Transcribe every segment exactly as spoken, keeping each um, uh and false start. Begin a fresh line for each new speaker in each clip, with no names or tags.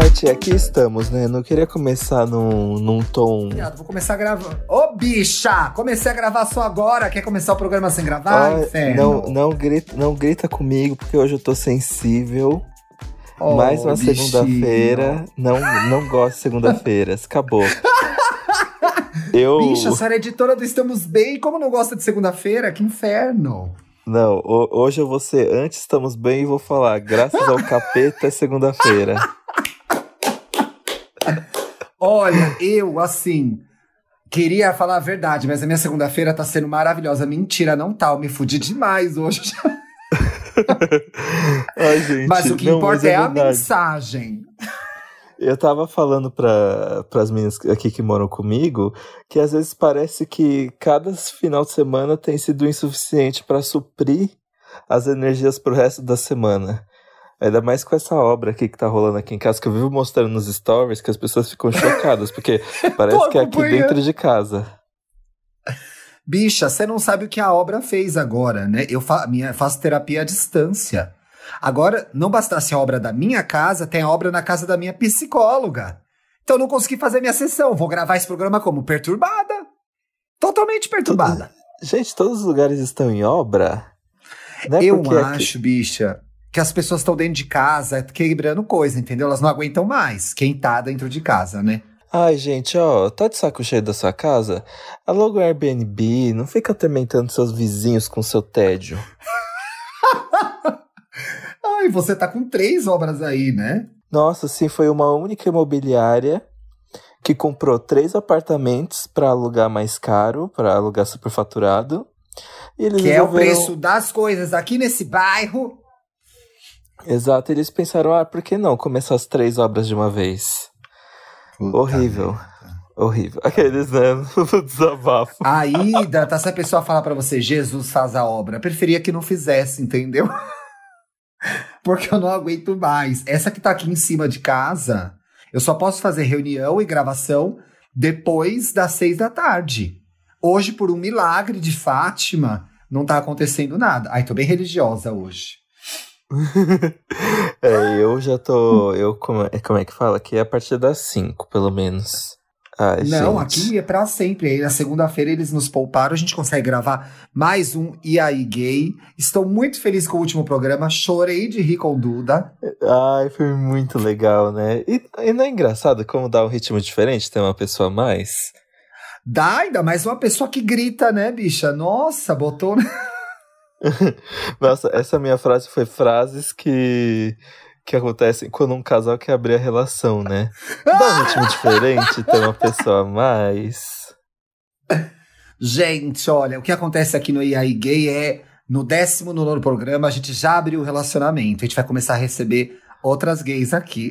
Tati, aqui estamos, né? Não queria começar num, num tom...
Viado, vou começar a gravar. Ô, bicha! Comecei a gravar só agora. Quer começar o programa sem gravar,
Ah,
inferno?
não, não, grita, não grita comigo, porque hoje eu tô sensível.
Oh,
Mais uma
bichinho.
segunda-feira. Não, não gosto de segunda-feiras. Acabou. Eu...
Bicha, a senhora é editora do Estamos Bem. Como não gosta de segunda-feira? Que inferno.
Não, ho- hoje eu vou ser antes estamos bem e vou falar, graças ao capeta é segunda-feira.
Olha, eu, assim, queria falar a verdade, mas a minha segunda-feira tá sendo maravilhosa. Mentira, não tá. Eu me fudi demais hoje.
Ai, gente,
Mas o que
não,
importa
mas é
é a
verdade.
mensagem.
Eu tava falando para as meninas aqui que moram comigo que às vezes parece que cada final de semana tem sido insuficiente para suprir as energias pro resto da semana. Ainda mais com essa obra aqui que tá rolando aqui em casa, que eu vivo mostrando nos stories, que as pessoas ficam chocadas, porque parece que é aqui
acompanhando.
dentro de casa.
Bicha, você não sabe o que a obra fez agora, né? Eu fa minha, faço terapia à distância. Agora, não bastasse a obra da minha casa, tem a obra na casa da minha psicóloga. Então, eu não consegui fazer minha sessão. Vou gravar esse programa como? Perturbada. Totalmente perturbada.
Gente, todos os lugares estão em obra? Não é
eu
porque aqui-
acho, bicha, que as pessoas estão dentro de casa quebrando coisa, entendeu? Elas não aguentam mais quem tá dentro de casa, né?
Ai, gente, ó, tá de saco cheio da sua casa? Aluga um Airbnb, não fica atormentando seus vizinhos com seu tédio.
Ai, você tá com três obras aí, né?
Nossa, sim, foi uma única imobiliária que comprou três apartamentos pra alugar mais caro, pra alugar superfaturado. E eles
Que é o
resolveram...
preço das coisas aqui nesse bairro.
Exato, eles pensaram, ah, por que não começar as três obras de uma vez?
Puta
Horrível,
merda.
horrível. Aqueles, né, no desabafo.
Aí, Data, se a pessoa falar pra você, Jesus faz a obra, eu preferia que não fizesse, entendeu? Porque eu não aguento mais. Essa que tá aqui em cima de casa, eu só posso fazer reunião e gravação depois das seis da tarde. Hoje, por um milagre de Fátima, não tá acontecendo nada. Ai, tô bem religiosa hoje.
É, eu já tô, eu, como é, como é que fala? Aqui é a partir das cinco, pelo menos. Ai,
Não,
gente.
aqui é pra sempre. Aí na segunda-feira eles nos pouparam, a gente consegue gravar mais um E aí Gay. Estou muito feliz com o último programa, chorei de rir com Duda.
Ai, foi muito legal, né? E, e não é engraçado como dá um ritmo diferente ter uma pessoa a mais?
Dá ainda mais uma pessoa que grita, né, bicha? Nossa, botou...
Nossa, essa minha frase foi frases que, que acontecem quando um casal quer abrir a relação, né? Dá um ritmo diferente ter uma pessoa a mais.
Gente, olha, o que acontece aqui no E aí Gay é, no décimo nono programa, a gente já abriu o relacionamento. A gente vai começar a receber outras gays aqui.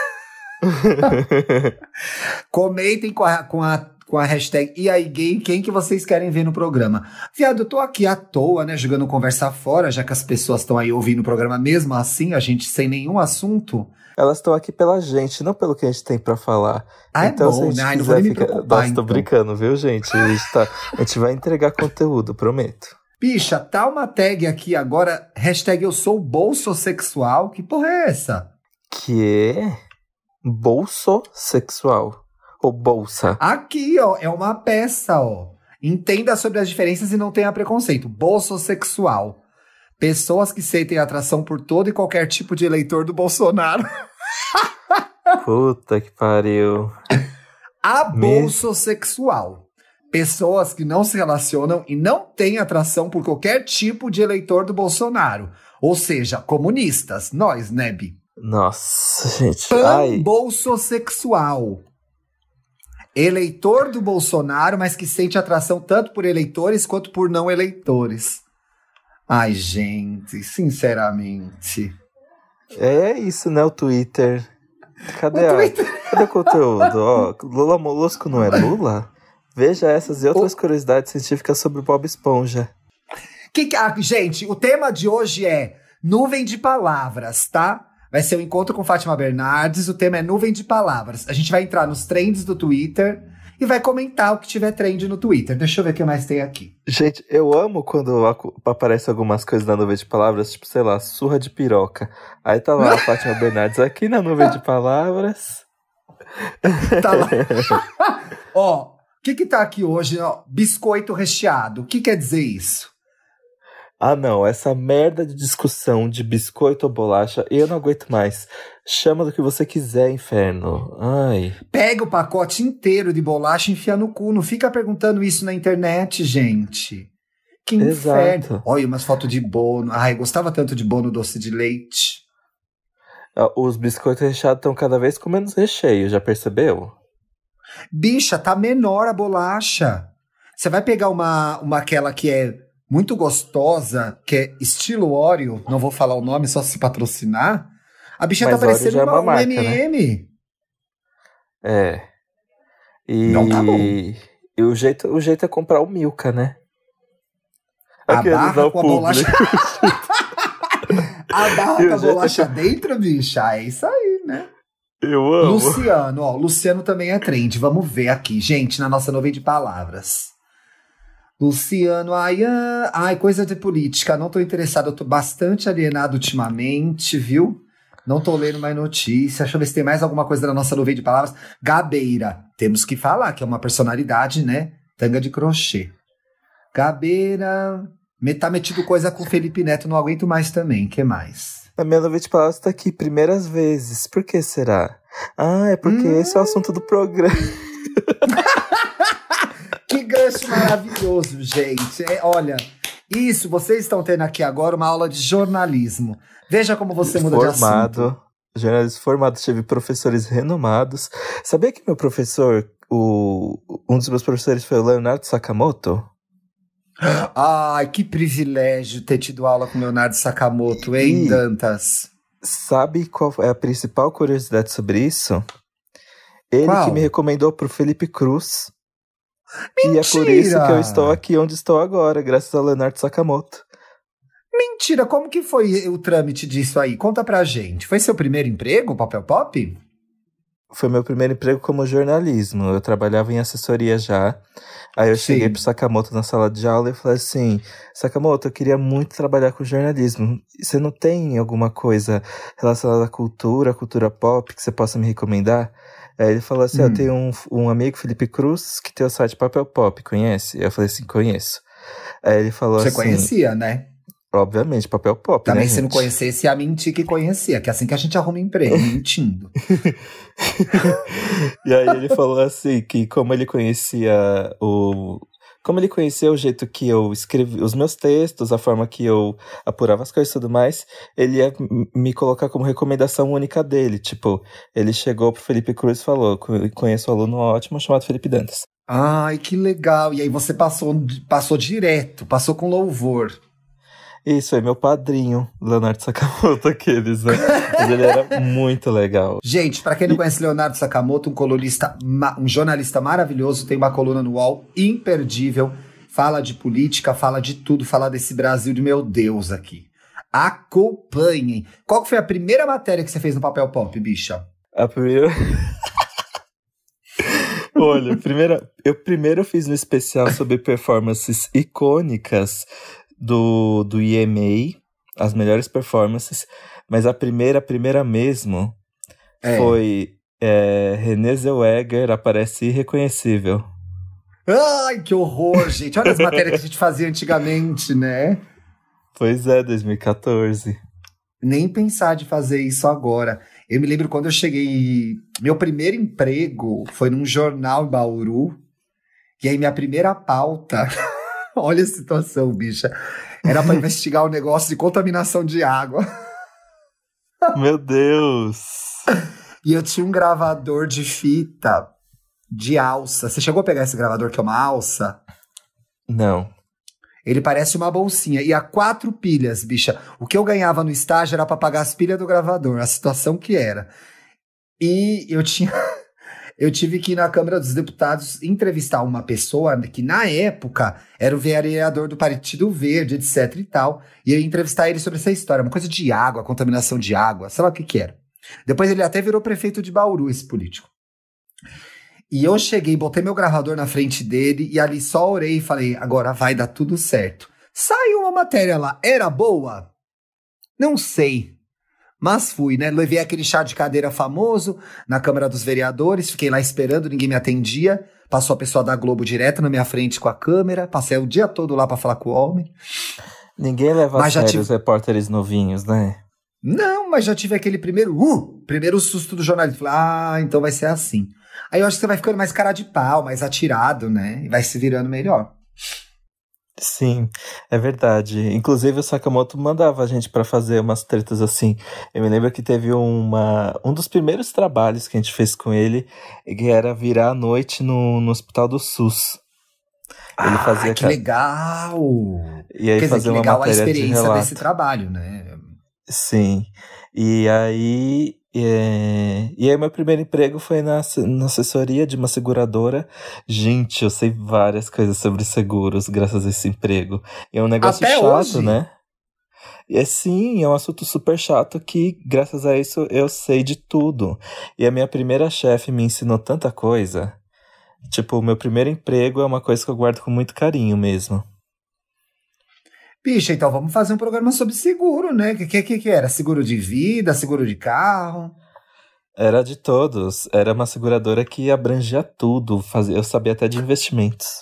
Comentem com a, com a, com a hashtag E aí Gay quem que vocês querem ver no programa. Viado, eu tô aqui à toa, né, jogando conversa fora, já que as pessoas estão aí ouvindo o programa mesmo assim, a gente sem nenhum assunto.
Elas estão aqui pela gente, não pelo que a gente tem pra falar.
Ah,
então,
é
se a
bom,
gente
né? Ai, não
quiser
vou nem me
ficar...
preocupar,
Nossa, tô
então.
brincando, viu, gente? A gente, tá... a gente vai entregar conteúdo, prometo.
Bicha, tá uma tag aqui agora, hashtag eu sou bolsossexual. Que porra é essa?
Que é bolso sexual. Ou bolsa.
Aqui, ó, é uma peça, ó. Entenda sobre as diferenças e não tenha preconceito. Bolsossexual. Pessoas que sentem atração por todo e qualquer tipo de eleitor do Bolsonaro.
Puta que pariu.
Abolsossexual. Pessoas que não se relacionam e não têm atração por qualquer tipo de eleitor do Bolsonaro. Ou seja, comunistas. Nós, né, Bi?
Nossa, gente. Ai.
Panbolsossexual. Eleitor do Bolsonaro, mas que sente atração tanto por eleitores quanto por não eleitores. Ai, gente, sinceramente.
É isso, né? O Twitter. Cadê,
O
a...
Twitter.
Cadê o conteúdo? Ó, Lula Molusco não é Lula? Veja essas e outras
O...
curiosidades científicas sobre Bob Esponja.
Que que... Ah, gente, o tema de hoje é nuvem de palavras, tá? Vai ser o encontro com Fátima Bernardes, o tema é nuvem de palavras. A gente vai entrar nos trends do Twitter e vai comentar o que tiver trend no Twitter. Deixa eu ver o que mais tem aqui.
Gente, eu amo quando aparecem algumas coisas na nuvem de palavras, tipo, sei lá, surra de piroca. Aí tá lá a Fátima Bernardes aqui na nuvem de palavras.
Tá lá. Ó, o que que tá aqui hoje? Ó, biscoito recheado. O que quer dizer isso?
Ah, não, essa merda de discussão de biscoito ou bolacha, eu não aguento mais. Chama do que você quiser, inferno. Ai.
Pega o pacote inteiro de bolacha e enfia no cu. Não fica perguntando isso na internet, gente. Que inferno.
Exato.
Olha, umas fotos de bono. Ai, gostava tanto de bono doce de leite.
Os biscoitos recheados estão cada vez com menos recheio, já percebeu?
Bicha, tá menor a bolacha. Você vai pegar uma, uma aquela que é muito gostosa, que é estilo Oreo, não vou falar o nome, só se patrocinar. A bicha
Mas
tá parecendo
Oreo já é
uma,
uma
um
marca,
M e M.
né? É. E...
Não tá bom.
E o jeito, o jeito é comprar o Milka, né?
A
Aqueles
barra
ao
com a
público.
bolacha... a barra
E
com a
o jeito
bolacha
é-
dentro, bicha. É isso aí, né?
Eu amo.
Luciano, ó. Luciano também é trend. Vamos ver aqui, gente, na nossa nuvem de palavras. Luciano, ai, ah, ai, coisa de política. Não tô interessado, eu tô bastante alienado ultimamente, viu? Não tô lendo mais notícia. Deixa eu ver se tem mais alguma coisa na nossa nuvem de palavras. Gabeira. Temos que falar, que é uma personalidade, né? Tanga de crochê. Gabeira. Me- Tá metido coisa com o Felipe Neto, não aguento mais também. Que mais?
A minha nuvem de palavras tá aqui, primeiras vezes. Por que será? Ah, é porque
Hum.
esse é o assunto do programa.
Que gancho maravilhoso, gente. É, olha, isso, vocês estão tendo aqui agora uma aula de jornalismo. Veja como você muda de assunto.
Formado. Jornalista formado, tive professores renomados. Sabia que meu professor, o, um dos meus professores foi o Leonardo Sakamoto?
Ai, que privilégio ter tido aula com Leonardo Sakamoto, hein,
E-
Dantas?
Sabe qual é a principal curiosidade sobre isso? Ele
Qual?
que me recomendou pro Felipe Cruz. E é por
Mentira!
isso que eu estou aqui onde estou agora, graças ao Leonardo Sakamoto.
Mentira, como que foi o trâmite disso aí? Conta pra gente. Foi seu primeiro emprego, Papel Pop?
Foi meu primeiro emprego como jornalismo. Eu trabalhava em assessoria já. Aí eu
Sim.
cheguei pro Sakamoto na sala de aula e falei assim: Sakamoto, eu queria muito trabalhar com jornalismo. Você não tem alguma coisa relacionada à cultura, cultura pop, que você possa me recomendar? Aí ele falou assim:
Hum.
eu tenho um, um amigo, Felipe Cruz, que tem o site Papel Pop, conhece? Eu falei assim: conheço. Aí ele falou
Você
assim:
conhecia, né?
obviamente, Papel Pop,
Também
né,
se não
gente?
conhecesse, ia mentir que conhecia, que é assim que a gente arruma emprego, mentindo.
E aí ele falou assim, que como ele conhecia o... Como ele conhecia o jeito que eu escrevi os meus textos, a forma que eu apurava as coisas e tudo mais, ele ia m- me colocar como recomendação única dele. Tipo, ele chegou pro Felipe Cruz e falou: "Co- conheço um aluno ótimo chamado Felipe Dantas."
Ai, que legal. E aí você passou, passou direto, passou com louvor.
Isso, é meu padrinho, Leonardo Sakamoto, aqueles, né? Mas ele era muito legal.
Gente, pra quem não
E-
conhece Leonardo Sakamoto, um colunista, ma- um jornalista maravilhoso, tem uma coluna no U O L imperdível, fala de política, fala de tudo, fala desse Brasil de meu Deus aqui. Acompanhem. Qual que foi a primeira matéria que você fez no Papel Pop, bicha?
A primeira. Olha, primeira, eu primeiro fiz um especial sobre performances icônicas do, do E M A, as melhores performances, mas a primeira, a primeira mesmo,
É.
foi é, Renée Zellweger aparece irreconhecível.
Ai, que horror, gente. Olha as matérias que a gente fazia antigamente, né?
Pois é, dois mil e catorze.
Nem pensar de fazer isso agora. Eu me lembro quando eu cheguei. Meu primeiro emprego foi num jornal em Bauru. E aí, minha primeira pauta. Olha a situação, bicha. Era pra investigar o negócio de contaminação de água.
Meu Deus!
E eu tinha um gravador de fita de alça. Você chegou a pegar esse gravador que é uma alça?
Não.
Ele parece uma bolsinha. E a quatro pilhas, bicha. O que eu ganhava no estágio era pra pagar as pilhas do gravador. A situação que era. E eu tinha... eu tive que ir na Câmara dos Deputados entrevistar uma pessoa que, na época, era o vereador do Partido Verde, etc e tal. E eu ia entrevistar ele sobre essa história. Uma coisa de água, contaminação de água. Sei lá o que que era. Depois ele até virou prefeito de Bauru, esse político. E eu cheguei, botei meu gravador na frente dele e ali só orei e falei, agora vai dar tudo certo. Saiu uma matéria lá, era boa? Não sei, mas fui, né? Levei aquele chá de cadeira famoso na Câmara dos Vereadores, fiquei lá esperando, ninguém me atendia. Passou a pessoa da Globo direto na minha frente com a câmera, passei o dia todo lá pra falar com o homem.
Ninguém leva
Mas
a
já
sério
tive-
os repórteres novinhos, né?
Não, mas já tive aquele primeiro, uh, primeiro susto do jornalista. Falei, ah, então vai ser assim. Aí eu acho que você vai ficando mais cara de pau, mais atirado, né? E vai se virando melhor.
Sim, é verdade. Inclusive o Sakamoto mandava a gente pra fazer umas tretas assim. Eu me lembro que teve uma, um dos primeiros trabalhos que a gente fez com ele, que era virar à noite no, no Hospital do SUS. Ele
ah,
fazia
que
ca-
legal!
E aí
Quer dizer,
fazer
que
uma
legal a
matéria de
experiência
relato.
desse trabalho, né?
Sim. E aí, é... e aí meu primeiro emprego foi na, ass- na assessoria de uma seguradora. Gente, eu sei várias coisas sobre seguros graças a esse emprego. E é um negócio
Até
chato,
hoje?
né? E é sim, é um assunto super chato que, graças a isso, eu sei de tudo. E a minha primeira chefe me ensinou tanta coisa. Tipo, o meu primeiro emprego é uma coisa que eu guardo com muito carinho mesmo.
Bicha, então vamos fazer um programa sobre seguro, né? O que, que, que era? Seguro de vida, seguro de carro?
Era de todos. Era uma seguradora que abrangia tudo. Fazia, eu sabia até de investimentos.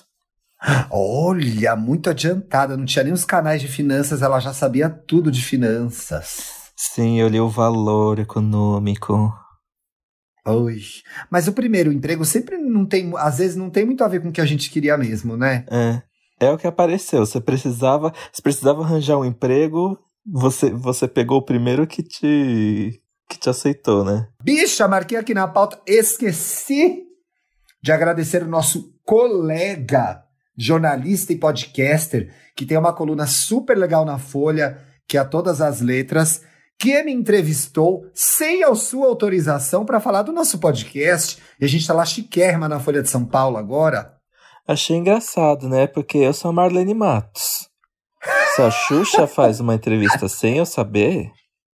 Olha, muito adiantada, não tinha nem os canais de finanças, ela já sabia tudo de finanças.
Sim, eu li o valor econômico.
Oi. Mas o primeiro emprego sempre não tem, às vezes não tem muito a ver com o que a gente queria mesmo, né?
É. É o que apareceu. Você precisava, você precisava arranjar um emprego, você, você pegou o primeiro que te, que te aceitou, né?
Bicha, marquei aqui na pauta, esqueci de agradecer o nosso colega, jornalista e podcaster, que tem uma coluna super legal na Folha, que é a Todas as Letras, que me entrevistou sem a sua autorização para falar do nosso podcast. E a gente tá lá chiquérrima na Folha de São Paulo agora.
Achei engraçado, né? Porque eu sou a Marlene Matos. Se a Xuxa faz uma entrevista sem eu saber,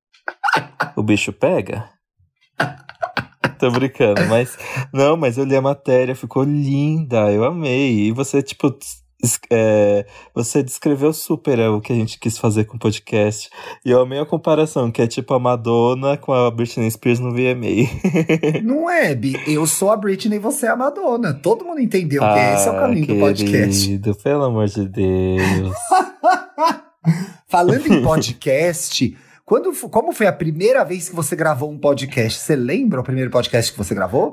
o bicho pega? Tô brincando, mas... Não, mas eu li a matéria, ficou linda, eu amei. E você, tipo... es- é, você descreveu super é, o que a gente quis fazer com o podcast. E eu amei a comparação, que é tipo a Madonna com a Britney Spears no V M A.
Não é, Bi? Eu sou a Britney e você é a Madonna. Todo mundo entendeu que esse é o
Ah,
caminho do podcast.
querido, pelo amor de Deus.
Falando em podcast, quando, fo- como foi a primeira vez que você gravou um podcast? Você lembra o primeiro podcast que você gravou?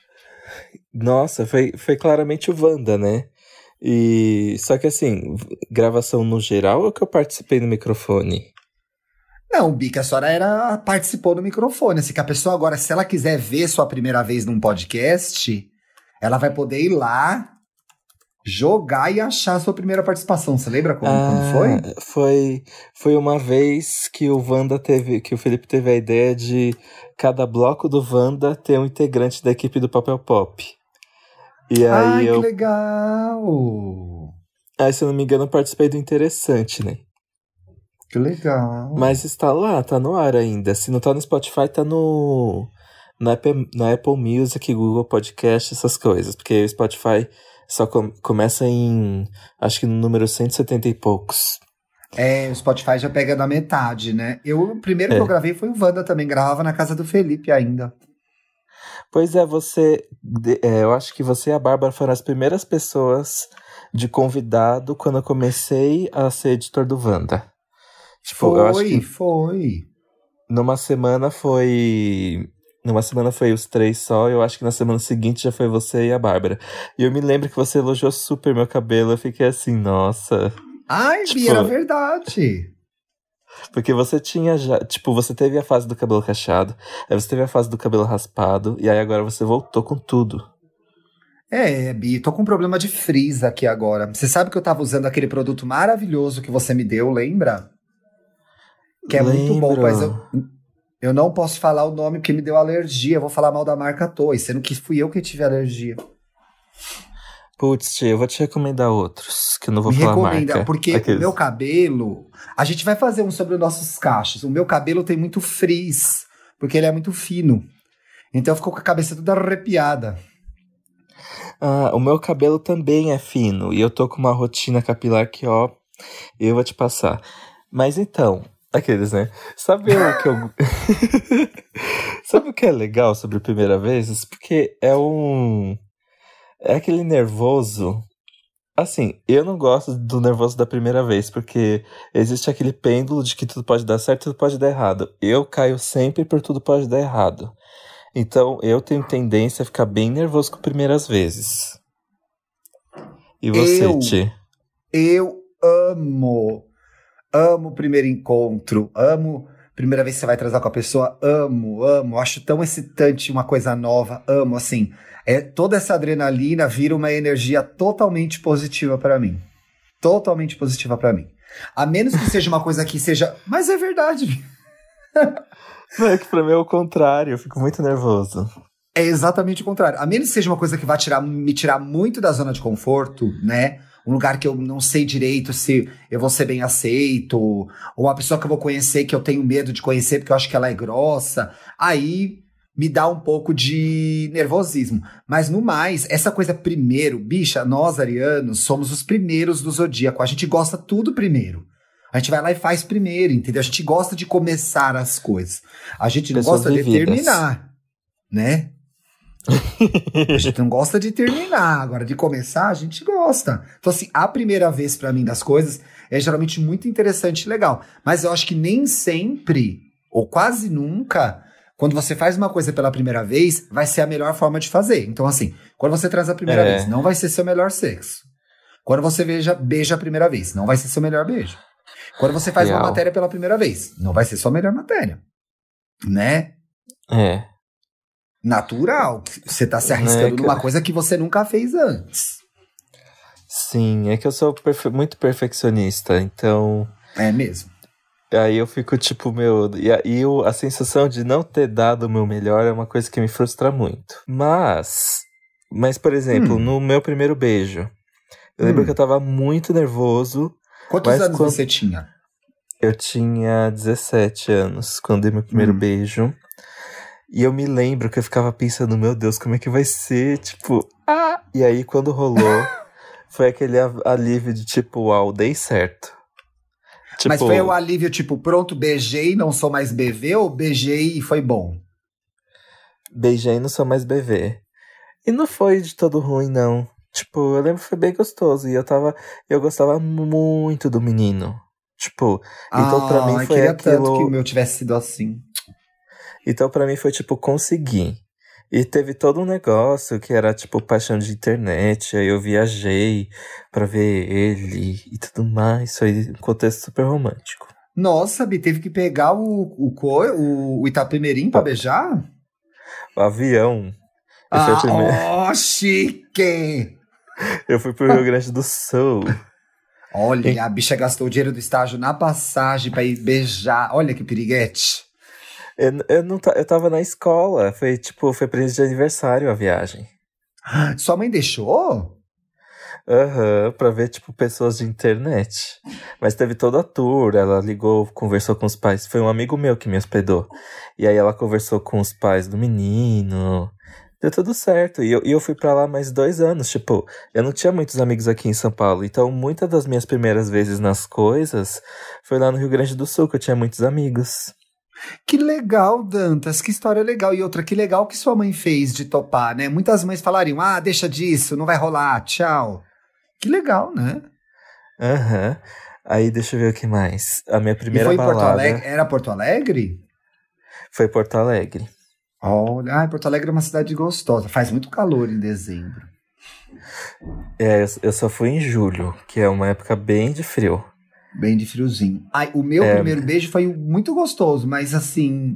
Nossa, foi, foi claramente o Wanda, né? E só que assim, gravação no geral ou que eu participei no microfone?
Não, Bi, que a senhora era, participou do microfone. Assim, que a pessoa agora, se ela quiser ver sua primeira vez num podcast, ela vai poder ir lá, jogar e achar a sua primeira participação. Você lembra como, quando foi?
Ah, foi, foi uma vez que o Wanda teve, que o Felipe teve a ideia de cada bloco do Wanda ter um integrante da equipe do Papel Pop. E aí
Ai,
eu,
que legal!
aí, se eu não me engano, eu participei do Interessante, né?
Que legal.
Mas está lá, tá no ar ainda. Se não tá no Spotify, tá no, na Apple, na Apple Music, Google Podcast, essas coisas. Porque o Spotify só com- começa em, acho que no número cento e setenta e poucos.
É, o Spotify já pega da metade, né? Eu, o primeiro
É.
que eu gravei foi o Wanda também, gravava na casa do Felipe ainda.
Pois é, você. de- é, eu acho que você e a Bárbara foram as primeiras pessoas de convidado quando eu comecei a ser editor do Wanda. Tipo, eu acho
Foi,
que
foi.
numa semana foi. Numa semana foi os três só, eu acho que na semana seguinte já foi você e a Bárbara. E eu me lembro que você elogiou super meu cabelo, eu fiquei assim, nossa.
Ai,
Tipo-
Bia, era verdade.
Porque você tinha já. Tipo, você teve a fase do cabelo cacheado, aí você teve a fase do cabelo raspado, e aí agora você voltou com tudo.
É, Bi, tô com um problema de frizz aqui agora. Você sabe que eu tava usando aquele produto maravilhoso que você me deu, lembra? Que é muito bom,
Lembro.
mas eu, eu não posso falar o nome porque me deu alergia. Eu vou falar mal da marca à toa, sendo que fui eu que tive alergia.
Putz, tia, eu vou te recomendar outros, que eu não vou
Me
falar a
recomenda,
marca.
porque
Aqueles.
o meu cabelo... A gente vai fazer um sobre os nossos cachos. O meu cabelo tem muito frizz, porque ele é muito fino. Então ficou com a cabeça toda arrepiada.
Ah, o meu cabelo também é fino. E eu tô com uma rotina capilar que, ó, eu vou te passar. Mas então, aqueles, né? Sabe o que eu. Sabe o que é legal sobre a primeira vez? Porque é um. É aquele nervoso. Assim, eu não gosto do nervoso da primeira vez, porque existe aquele pêndulo de que tudo pode dar certo e tudo pode dar errado. Eu caio sempre por tudo pode dar errado. Então, eu tenho tendência a ficar bem nervoso com primeiras vezes. E você,
Eu,
Ti?
eu amo, amo o primeiro encontro, amo primeira vez que você vai transar com a pessoa, amo, amo, acho tão excitante uma coisa nova, amo, assim, é, toda essa adrenalina vira uma energia totalmente positiva pra mim, totalmente positiva pra mim, a menos que seja uma coisa que seja, mas é verdade.
Não, é que pra mim é o contrário, eu fico muito nervoso.
É exatamente o contrário. A menos que seja uma coisa que vai tirar, me tirar muito da zona de conforto, né? Um lugar que eu não sei direito se eu vou ser bem aceito, ou uma pessoa que eu vou conhecer que eu tenho medo de conhecer porque eu acho que ela é grossa. Aí me dá um pouco de nervosismo. Mas no mais, essa coisa primeiro, bicha, nós arianos somos os primeiros do zodíaco. A gente gosta tudo primeiro. A gente vai lá e faz primeiro, entendeu? A gente gosta de começar as coisas. A gente não
Pessoas
gosta de
vividas.
terminar, né? A gente não gosta de terminar, agora de começar a gente gosta. Então assim, a primeira vez pra mim das coisas é geralmente muito interessante e legal. Mas eu acho que nem sempre, ou quase nunca, quando você faz uma coisa pela primeira vez, vai ser a melhor forma de fazer. Então assim, quando você traz a primeira
É.
vez, não vai ser seu melhor sexo. Quando você beija, beija a primeira vez, não vai ser seu melhor beijo. Quando você faz
Real.
uma matéria pela primeira vez, não vai ser sua melhor matéria. Né?
É.
Natural. Você tá se arriscando
É que-
numa coisa que você nunca fez antes.
Sim, é que eu sou perfe- muito perfeccionista, então.
É mesmo.
Aí eu fico tipo, meu. E aí o- a sensação de não ter dado o meu melhor é uma coisa que me frustra muito. Mas. Mas, por exemplo,
Hum.
no meu primeiro beijo, eu lembro
Hum.
que eu tava muito nervoso.
Quantos
Mas
anos
quando-
você tinha?
Eu tinha dezessete anos quando dei meu primeiro
Hum.
beijo. E eu me lembro que eu ficava pensando, meu Deus, como é que vai ser? Tipo, ah! E aí quando rolou, foi aquele a- alívio de tipo, uau, dei certo. Tipo,
Mas foi o alívio, tipo, pronto, beijei, não sou mais B V, ou beijei e foi bom?
beijei e não sou mais B V. E não foi de todo ruim, não. Tipo, eu lembro que foi bem gostoso. E eu tava. Eu gostava muito do menino. Tipo, então pra mim
Ah,
foi
queria tanto que o
aquilo.
meu tivesse sido assim.
Então pra mim foi tipo, conseguir. E teve todo um negócio que era tipo paixão de internet. Aí eu viajei pra ver ele e tudo mais. Foi um contexto super romântico.
Nossa, Bi, teve que pegar o, o, co- o, o Itapemirim pra beijar?
O avião. Eu fui, a
Ah,
primeira...
ó, chique!
eu fui pro Rio Grande do Sul.
Olha, a bicha gastou o dinheiro do estágio na passagem pra ir beijar. Olha que piriguete.
Eu, eu, não ta- eu tava na escola. Foi tipo, foi presente de aniversário a viagem.
Sua mãe deixou?
Aham, pra ver, tipo, pessoas de internet. Mas teve toda a tour, ela ligou, conversou com os pais. Foi um amigo meu que me hospedou. E aí ela conversou com os pais do menino. Deu tudo certo. E eu, e eu fui pra lá mais dois anos. Tipo, eu não tinha muitos amigos aqui em São Paulo. Então, muitas das minhas primeiras vezes nas coisas foi lá no Rio Grande do Sul, que eu tinha muitos amigos.
Que legal, Dantas, que história legal. E outra, que legal que sua mãe fez de topar, né? Muitas mães falariam, ah, deixa disso, não vai rolar, tchau. Que legal, né?
Aham. Aí, deixa eu ver o que mais. A minha
E
primeira
foi em Porto
balada
Alegre? Era Porto Alegre?
foi Porto Alegre.
Olha, ah, Porto Alegre é uma cidade gostosa. Faz muito calor em dezembro.
É, eu, eu só fui em julho, que é uma época bem de frio.
Bem de friozinho. Ai, o meu
É.
primeiro beijo foi muito gostoso, mas assim.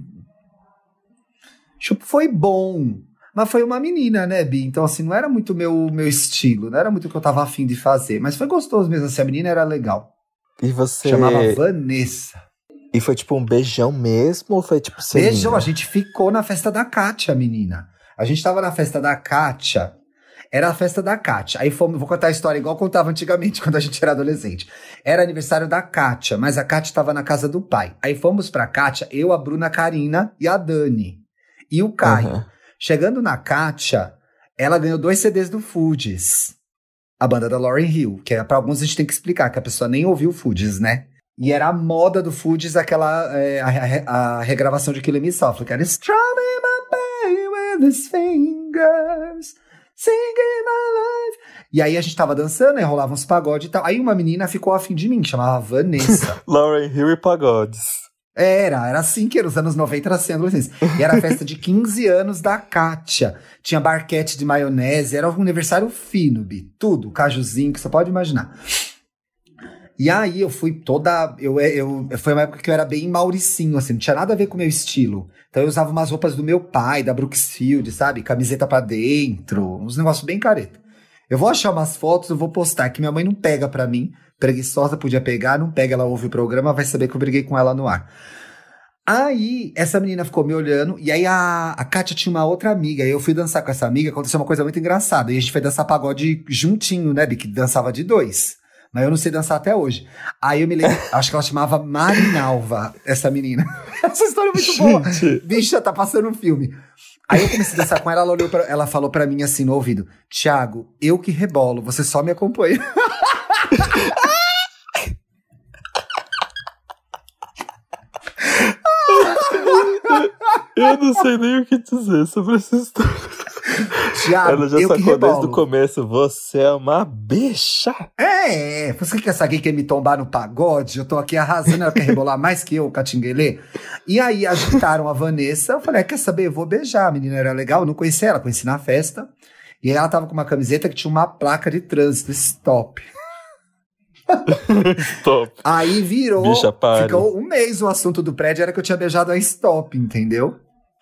Tipo, foi bom. Mas foi uma menina, né, Bi? Então, assim, não era muito o meu, meu estilo. Não era muito o que eu tava afim de fazer. Mas foi gostoso mesmo, assim. A menina era legal.
E você.
Chamava Vanessa.
E foi tipo um beijão mesmo ou foi tipo selinho?
Beijão, a gente ficou na festa da Kátia, menina. A gente tava na festa da Kátia. Era a festa da Kátia. Aí fomos, vou contar a história igual eu contava antigamente, quando a gente era adolescente. Era aniversário da Kátia, mas a Kátia tava na casa do pai. Aí fomos pra Kátia, eu, a Bruna, a Karina e a Dani. E o Caio.
Aham.
Chegando na Kátia, ela ganhou dois C Ds do Fugees. A banda da Lauryn Hill, que é, pra alguns a gente tem que explicar, que a pessoa nem ouviu o Fugees, né? E era a moda do Fugees, aquela, é, a, a, a regravação de Killing Me Softly, que era Strumming my pain with his fingers, singing my life. E aí a gente tava dançando, né, rolava uns pagodes e tal. Aí uma menina ficou afim de mim, que chamava Vanessa.
Lauryn Hill e pagodes.
Era, era assim que era, os anos noventa era assim, adolescência. E era a festa de quinze anos da Kátia. Tinha barquete de maionese, era um aniversário fino, Bi. Tudo, cajuzinho, que você pode imaginar. E aí eu fui toda... Eu, eu, foi uma época que eu era bem mauricinho, assim, não tinha nada a ver com o meu estilo. Então eu usava umas roupas do meu pai, da Brooksfield, sabe? Camiseta pra dentro, uns negócios bem careta. Eu vou achar umas fotos, eu vou postar, que minha mãe não pega pra mim. Preguiçosa podia pegar, não pega, ela ouve o programa, vai saber que eu briguei com ela no ar. Aí, essa menina ficou me olhando, e aí a, a Kátia tinha uma outra amiga, e eu fui dançar com essa amiga, aconteceu uma coisa muito engraçada, e a gente foi dançar pagode juntinho, né, que dançava de dois, mas eu não sei dançar até hoje. Aí eu me lembro, acho que ela chamava Marinalva, essa menina. Essa história é muito boa. Bicha, tá passando um filme. Aí eu comecei a dançar com ela, ela, olhou pra, ela falou pra mim assim no ouvido, Thiago, eu que rebolo, você só me acompanha.
Eu não sei nem o que dizer sobre essa história.
Thiago,
ela já
eu que
sacou
rebolo.
desde o começo, você é uma bicha.
É, você que essa gay quer me tombar no pagode, eu tô aqui arrasando, ela quer rebolar mais que eu, Catinguelê. E aí agitaram a Vanessa, eu falei, ah, quer saber, eu vou beijar, a menina era legal, eu não conhecia ela, conheci na festa. E aí ela tava com uma camiseta que tinha uma placa de trânsito, stop.
Stop.
Aí virou,
Bicha, pare.
Ficou um mês o assunto do prédio, era que eu tinha beijado a stop, entendeu?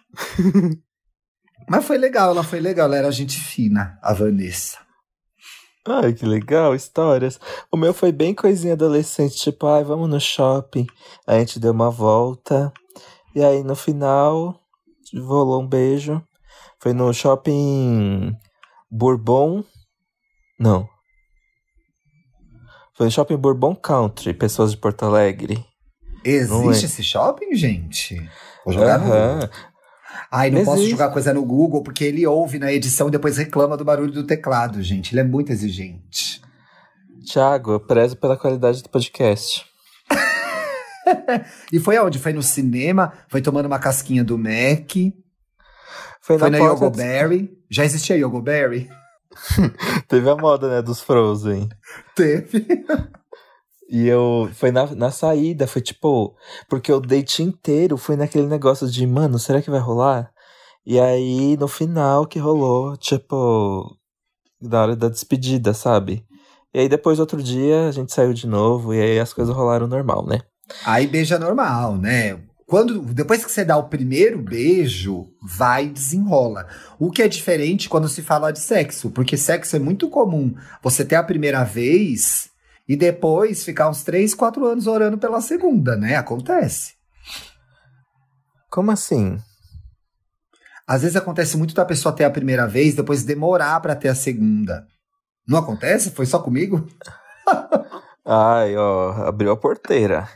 Mas foi legal, ela foi legal, ela era gente fina, a Vanessa.
Ai, que legal, histórias. O meu foi bem coisinha adolescente, tipo, ai, vamos no shopping. Aí a gente deu uma volta. E aí no final, rolou um beijo. Foi no shopping Bourbon. Não. Foi no shopping Bourbon Country, pessoas de Porto Alegre.
Existe esse shopping, gente? Vou jogar no
Aham.
Google. Ai, não posso
Existe.
jogar coisa no Google, porque ele ouve na edição e depois reclama do barulho do teclado, gente. Ele é muito exigente.
Thiago, eu prezo pela qualidade do podcast.
E foi aonde? Foi no cinema? Foi tomando uma casquinha do Mac?
Foi,
Foi na,
na
Yogo
porta-
Berry? Já existia Yogo Berry?
Teve a moda, né, dos Frozen.
Teve.
E eu... Foi na, na saída, foi tipo... Porque o date inteiro foi naquele negócio de... Mano, será que vai rolar? E aí, no final que rolou, tipo... Na hora da despedida, sabe? E aí, depois, outro dia, a gente saiu de novo. E aí, as coisas rolaram normal, né?
Aí beija normal, né? Quando, depois que você dá o primeiro beijo, vai e desenrola. O que é diferente quando se fala de sexo, porque sexo é muito comum você ter a primeira vez e depois ficar uns três, quatro anos orando pela segunda, né? Acontece.
Como assim?
Às vezes acontece muito da pessoa ter a primeira vez, depois demorar pra ter a segunda. Não acontece? Foi só comigo?
Ai, ó, abriu a porteira.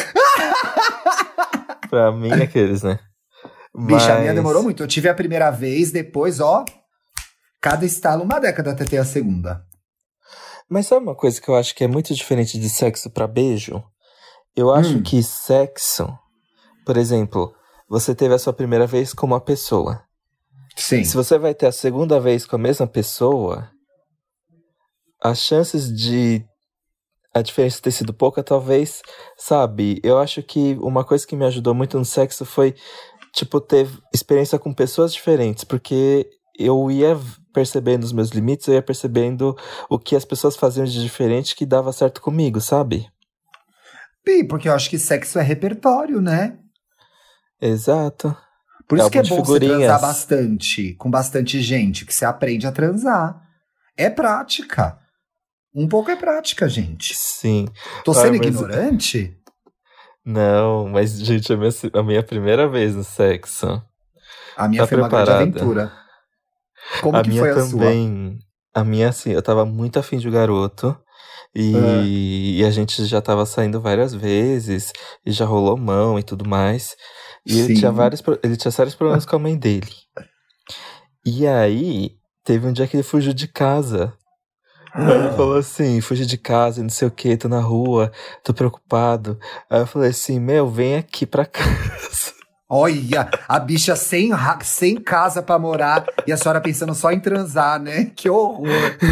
Pra mim, aqueles, né?
Bicha, a minha
Mas-
demorou muito. Eu tive a primeira vez, depois, ó, cada estalo uma década até ter a segunda.
Mas sabe uma coisa que eu acho que é muito diferente de sexo pra beijo? Eu acho
Hum.
que sexo, por exemplo, você teve a sua primeira vez com uma pessoa.
Sim.
Se você vai ter a segunda vez com a mesma pessoa, as chances de a diferença ter sido pouca, talvez, sabe? Eu acho que uma coisa que me ajudou muito no sexo foi, tipo, ter experiência com pessoas diferentes, porque eu ia percebendo os meus limites, eu ia percebendo o que as pessoas faziam de diferente que dava certo comigo, sabe?
Pi, porque eu acho que sexo é repertório, né?
Exato.
Por isso
Álbum
que é
de
bom você
figurinhas.
transar bastante, com bastante gente, que você aprende a transar. É prática. Um pouco é prática, gente.
Sim.
Tô
Ai,
sendo
mas-
ignorante?
Não, mas, gente, a minha, a minha primeira vez no sexo.
A minha
Tá
foi uma grande
preparada?
aventura. Como
a
que
minha
foi a sua?
também. A minha, assim, eu tava muito afim de um garoto. E,
Ah.
e a gente já tava saindo várias vezes. E já rolou mão e tudo mais. E ele
Sim.
tinha vários, pro- ele tinha sérios problemas com a mãe dele. E aí, teve um dia que ele fugiu de casa. Aí ele falou assim, fugi de casa, não sei o que, tô na rua, tô preocupado. Aí eu falei assim, meu, vem aqui pra casa.
Olha, a bicha sem, ra- sem casa pra morar e a senhora pensando só em transar, né? Que horror.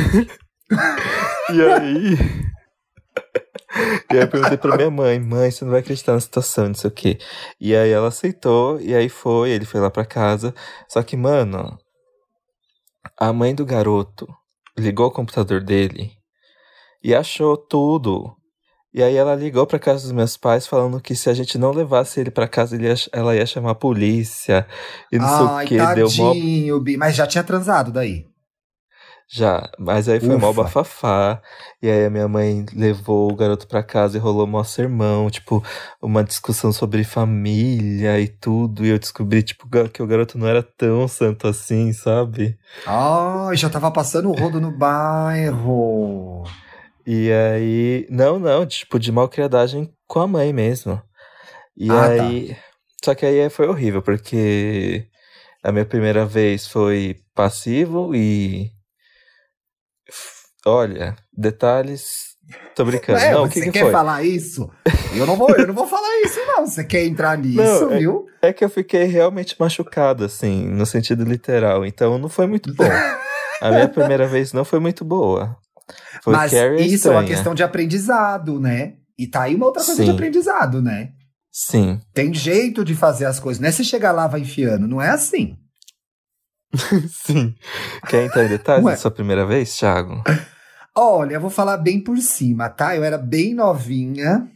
E aí... E aí eu perguntei pra minha mãe, mãe, você não vai acreditar na situação, não sei o quê. E aí ela aceitou, e aí foi, ele foi lá pra casa. Só que, mano, a mãe do garoto ligou o computador dele e achou tudo. E aí ela ligou pra casa dos meus pais falando que se a gente não levasse ele pra casa, ele ia, ela ia chamar a polícia. E não sei o
Ai,
quê, deu mó...
tadinho, Bi. Mas já tinha transado daí.
Já, mas aí foi mó
Ufa.
bafafá. E aí a minha mãe levou o garoto pra casa e rolou mó sermão, tipo, uma discussão sobre família e tudo. E eu descobri, tipo, ga- que o garoto não era tão santo assim, sabe?
Ai, já tava passando o rodo no bairro.
E aí. Não, não, tipo, de malcriadagem com a mãe mesmo. E
Ah, tá.
aí. Só que aí foi horrível, porque a minha primeira vez foi passivo e. f- Olha, detalhes. Tô brincando.
É,
Não, o que
você
que
quer
foi?
falar isso? Eu não vou, eu não vou falar isso, não. Você quer entrar nisso,
Não, é,
viu?
é que eu fiquei realmente machucado, assim, no sentido literal. Então não foi muito bom. A minha primeira vez não foi muito boa. Foi
Mas
Carrie a
isso é uma
Estranha.
questão de aprendizado, né? E tá aí uma outra coisa de
Sim,
aprendizado, né?
sim,
Tem jeito de fazer as coisas. Não é você chegar lá, vai enfiando. Não é assim.
sim. Quer entrar em detalhes
Não
da
é.
sua primeira vez, Thiago?
Olha, eu vou falar bem por cima, tá? Eu era bem novinha.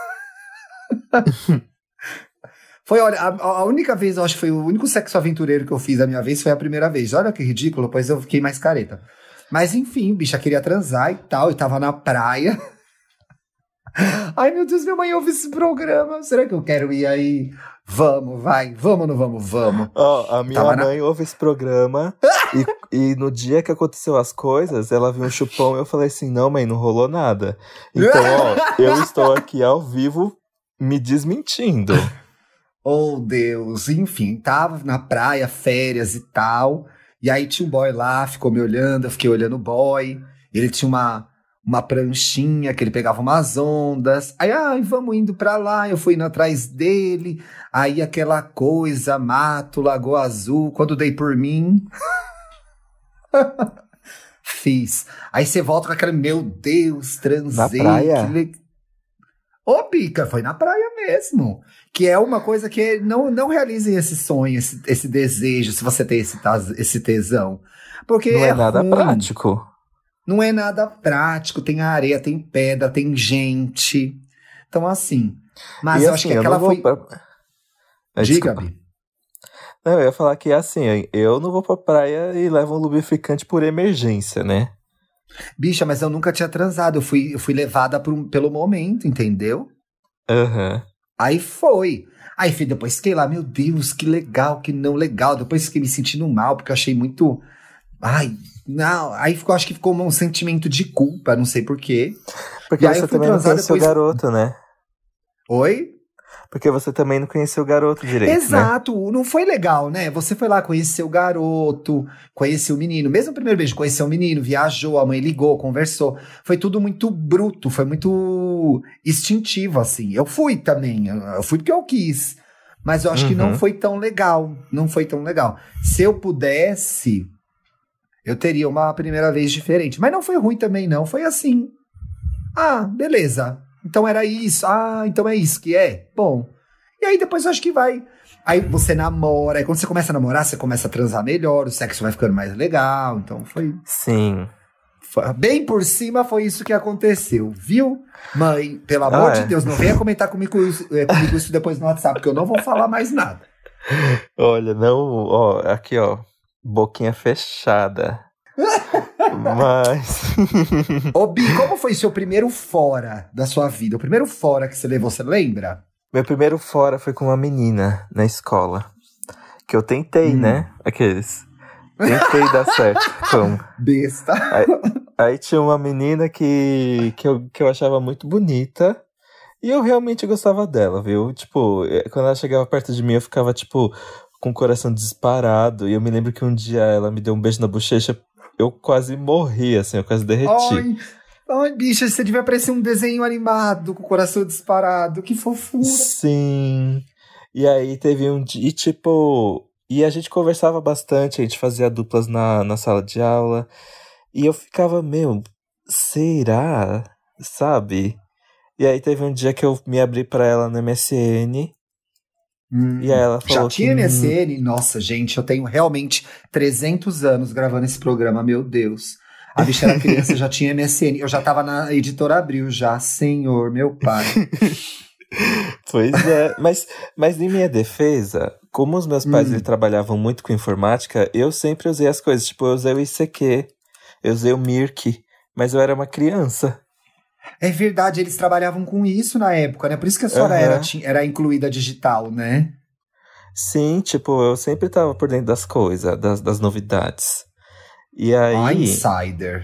Foi, olha, a, a única vez, eu acho que foi o único sexo aventureiro que eu fiz a minha vez, foi a primeira vez. Olha que ridículo, pois eu fiquei mais careta. Mas enfim, bicha queria transar e tal, e tava na praia. Ai, meu Deus, minha mãe ouve esse programa. Será que eu quero ir aí? Vamos, vai. Vamos ou não vamos? Vamos.
Ó, a minha
Tava na...
mãe ouve esse programa e, e no dia que aconteceu as coisas, ela viu um chupão e eu falei assim, não, mãe, não rolou nada. Então, ó, eu estou aqui ao vivo me desmentindo.
Oh, Deus. Enfim, tava na praia, férias e tal. E aí tinha um boy lá, ficou me olhando, eu fiquei olhando o boy. Ele tinha uma, uma pranchinha que ele pegava umas ondas. Aí, ai, vamos indo pra lá. Eu fui indo atrás dele. Aí aquela coisa, mato, Lagoa Azul. Quando dei por mim, fiz. Aí você volta com aquela, meu Deus,
Na
transei. Que
praia?
le... Ô, Bica, foi na praia mesmo. Que é uma coisa que não, não realizem esse sonho, esse, esse desejo, se você tem esse, taz- esse tesão. Porque
Não
é
é nada
ruim.
prático.
Não é nada prático. Tem areia, tem pedra, tem gente. Então, assim. Mas
E
eu acho
assim,
que
eu
aquela
não vou
foi.
pra... Ah,
Diga,
desculpa.
Bi.
Não, eu ia falar que assim, eu não vou pra praia e levo um lubrificante por emergência, né?
Bicha, mas eu nunca tinha transado. Eu fui, eu fui levada por um- pelo momento, entendeu?
Aham.
Aí foi. Aí fui, depois fiquei lá, meu Deus, que legal, que não legal. Depois fiquei me sentindo mal, porque eu achei muito. Ai, não. Aí ficou, acho que ficou um sentimento de culpa, não sei porquê.
Porque
E aí eu
você
fui
também não
transar
conheceu o
depois.
garoto, né?
Oi?
Porque você também não conheceu o garoto direito, né?
Exato, não foi legal, né? Você foi lá, conheceu o garoto, conheceu o menino. Mesmo o primeiro beijo, conheceu o menino, viajou, a mãe ligou, conversou. Foi tudo muito bruto, foi muito instintivo, assim. Eu fui também, eu eu fui porque eu quis. Mas eu acho que não
Uhum.
foi tão legal, não foi tão legal. Se eu pudesse, eu teria uma primeira vez diferente. Mas não foi ruim também, não. Foi assim. Ah, beleza. Então era isso. Ah, então é isso que é? Bom. E aí depois eu acho que vai. Aí você namora. Aí quando você começa a namorar, você começa a transar melhor. O sexo vai ficando mais legal. Então foi.
Sim.
foi- Bem por cima foi isso que aconteceu. Viu? Mãe, pelo amor
Ah,
de
é.
Deus, não venha comentar comigo isso, é, comigo isso depois no WhatsApp, porque eu não vou falar mais nada.
Olha, não, ó, aqui, ó, boquinha fechada. Mas.
Ô, Bi, como foi seu primeiro fora da sua vida? O primeiro fora que você levou, você lembra?
Meu primeiro fora foi com uma menina na escola. Que eu tentei,
Hum.
né? Aqueles. Tentei dar certo. Como?
Besta.
Aí, aí tinha uma menina que, que, eu, que eu achava muito bonita. E eu realmente gostava dela, viu? Tipo, eh, quando ela chegava perto de mim, eu ficava, tipo, com o coração disparado. E eu me lembro que um dia ela me deu um beijo na bochecha eu quase morri, assim, eu quase derreti.
Ai, ai, bicha, você devia parecer um desenho animado, com o coração disparado, que fofura.
Sim. E aí teve um dia, e, tipo... E a gente conversava bastante, a gente fazia duplas na, na sala de aula. E eu ficava, meu, será? Sabe? E aí teve um dia que eu me abri pra ela no M S N.
Hum,
E aí ela falou
já tinha
que...
M S N? Nossa, gente, eu tenho realmente trezentos anos gravando esse programa, meu Deus. A bicha era criança, já tinha M S N. Eu já tava na Editora Abril já, senhor, meu pai.
Pois é, mas, mas em minha defesa, como os meus pais
Hum.
eles trabalhavam muito com informática, eu sempre usei as coisas, tipo, eu usei o I C Q, eu usei o Mirk, mas eu era uma criança.
É verdade, eles trabalhavam com isso na época, né? Por isso que a senhora
Aham.
era, ti- era incluída digital, né?
Sim, tipo, eu sempre tava por dentro das coisas, das, das novidades. E
Ah,
aí...
insider.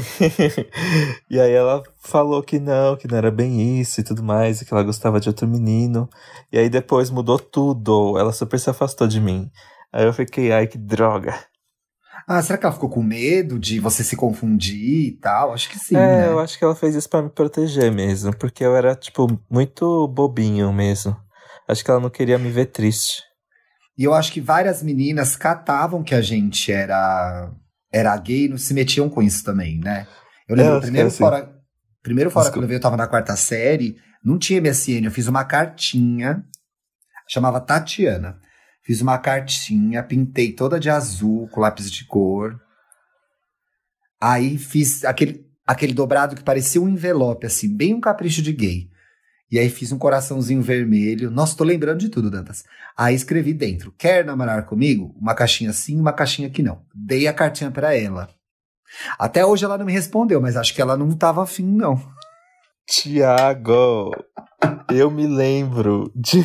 E aí ela falou que não, que não era bem isso e tudo mais, e que ela gostava de outro menino. E aí depois mudou tudo, ela super se afastou de mim. Aí eu fiquei, ai, que droga.
Ah, será que ela ficou com medo de você se confundir e tal? Acho que sim,
É,
né?
eu acho que ela fez isso pra me proteger mesmo, porque eu era, tipo, muito bobinho mesmo. Acho que ela não queria me ver triste.
E eu acho que várias meninas catavam que a gente era, era gay e não se metiam com isso também, né? Eu
É,
lembro,
eu acho que era
primeiro
assim.
fora, primeiro fora quando
Desculpa.
eu veio, eu tava na quarta série, não tinha M S N, eu fiz uma cartinha, chamava Tatiana. Fiz uma cartinha, pintei toda de azul, com lápis de cor. Aí fiz aquele, aquele dobrado que parecia um envelope, assim, bem um capricho de gay. E aí fiz um coraçãozinho vermelho. Nossa, tô lembrando de tudo, Dantas. Aí escrevi dentro, quer namorar comigo? Uma caixinha sim, uma caixinha que não. Dei a cartinha pra ela. Até hoje ela não me respondeu, mas acho que ela não tava afim, não.
Tiago, eu me lembro de...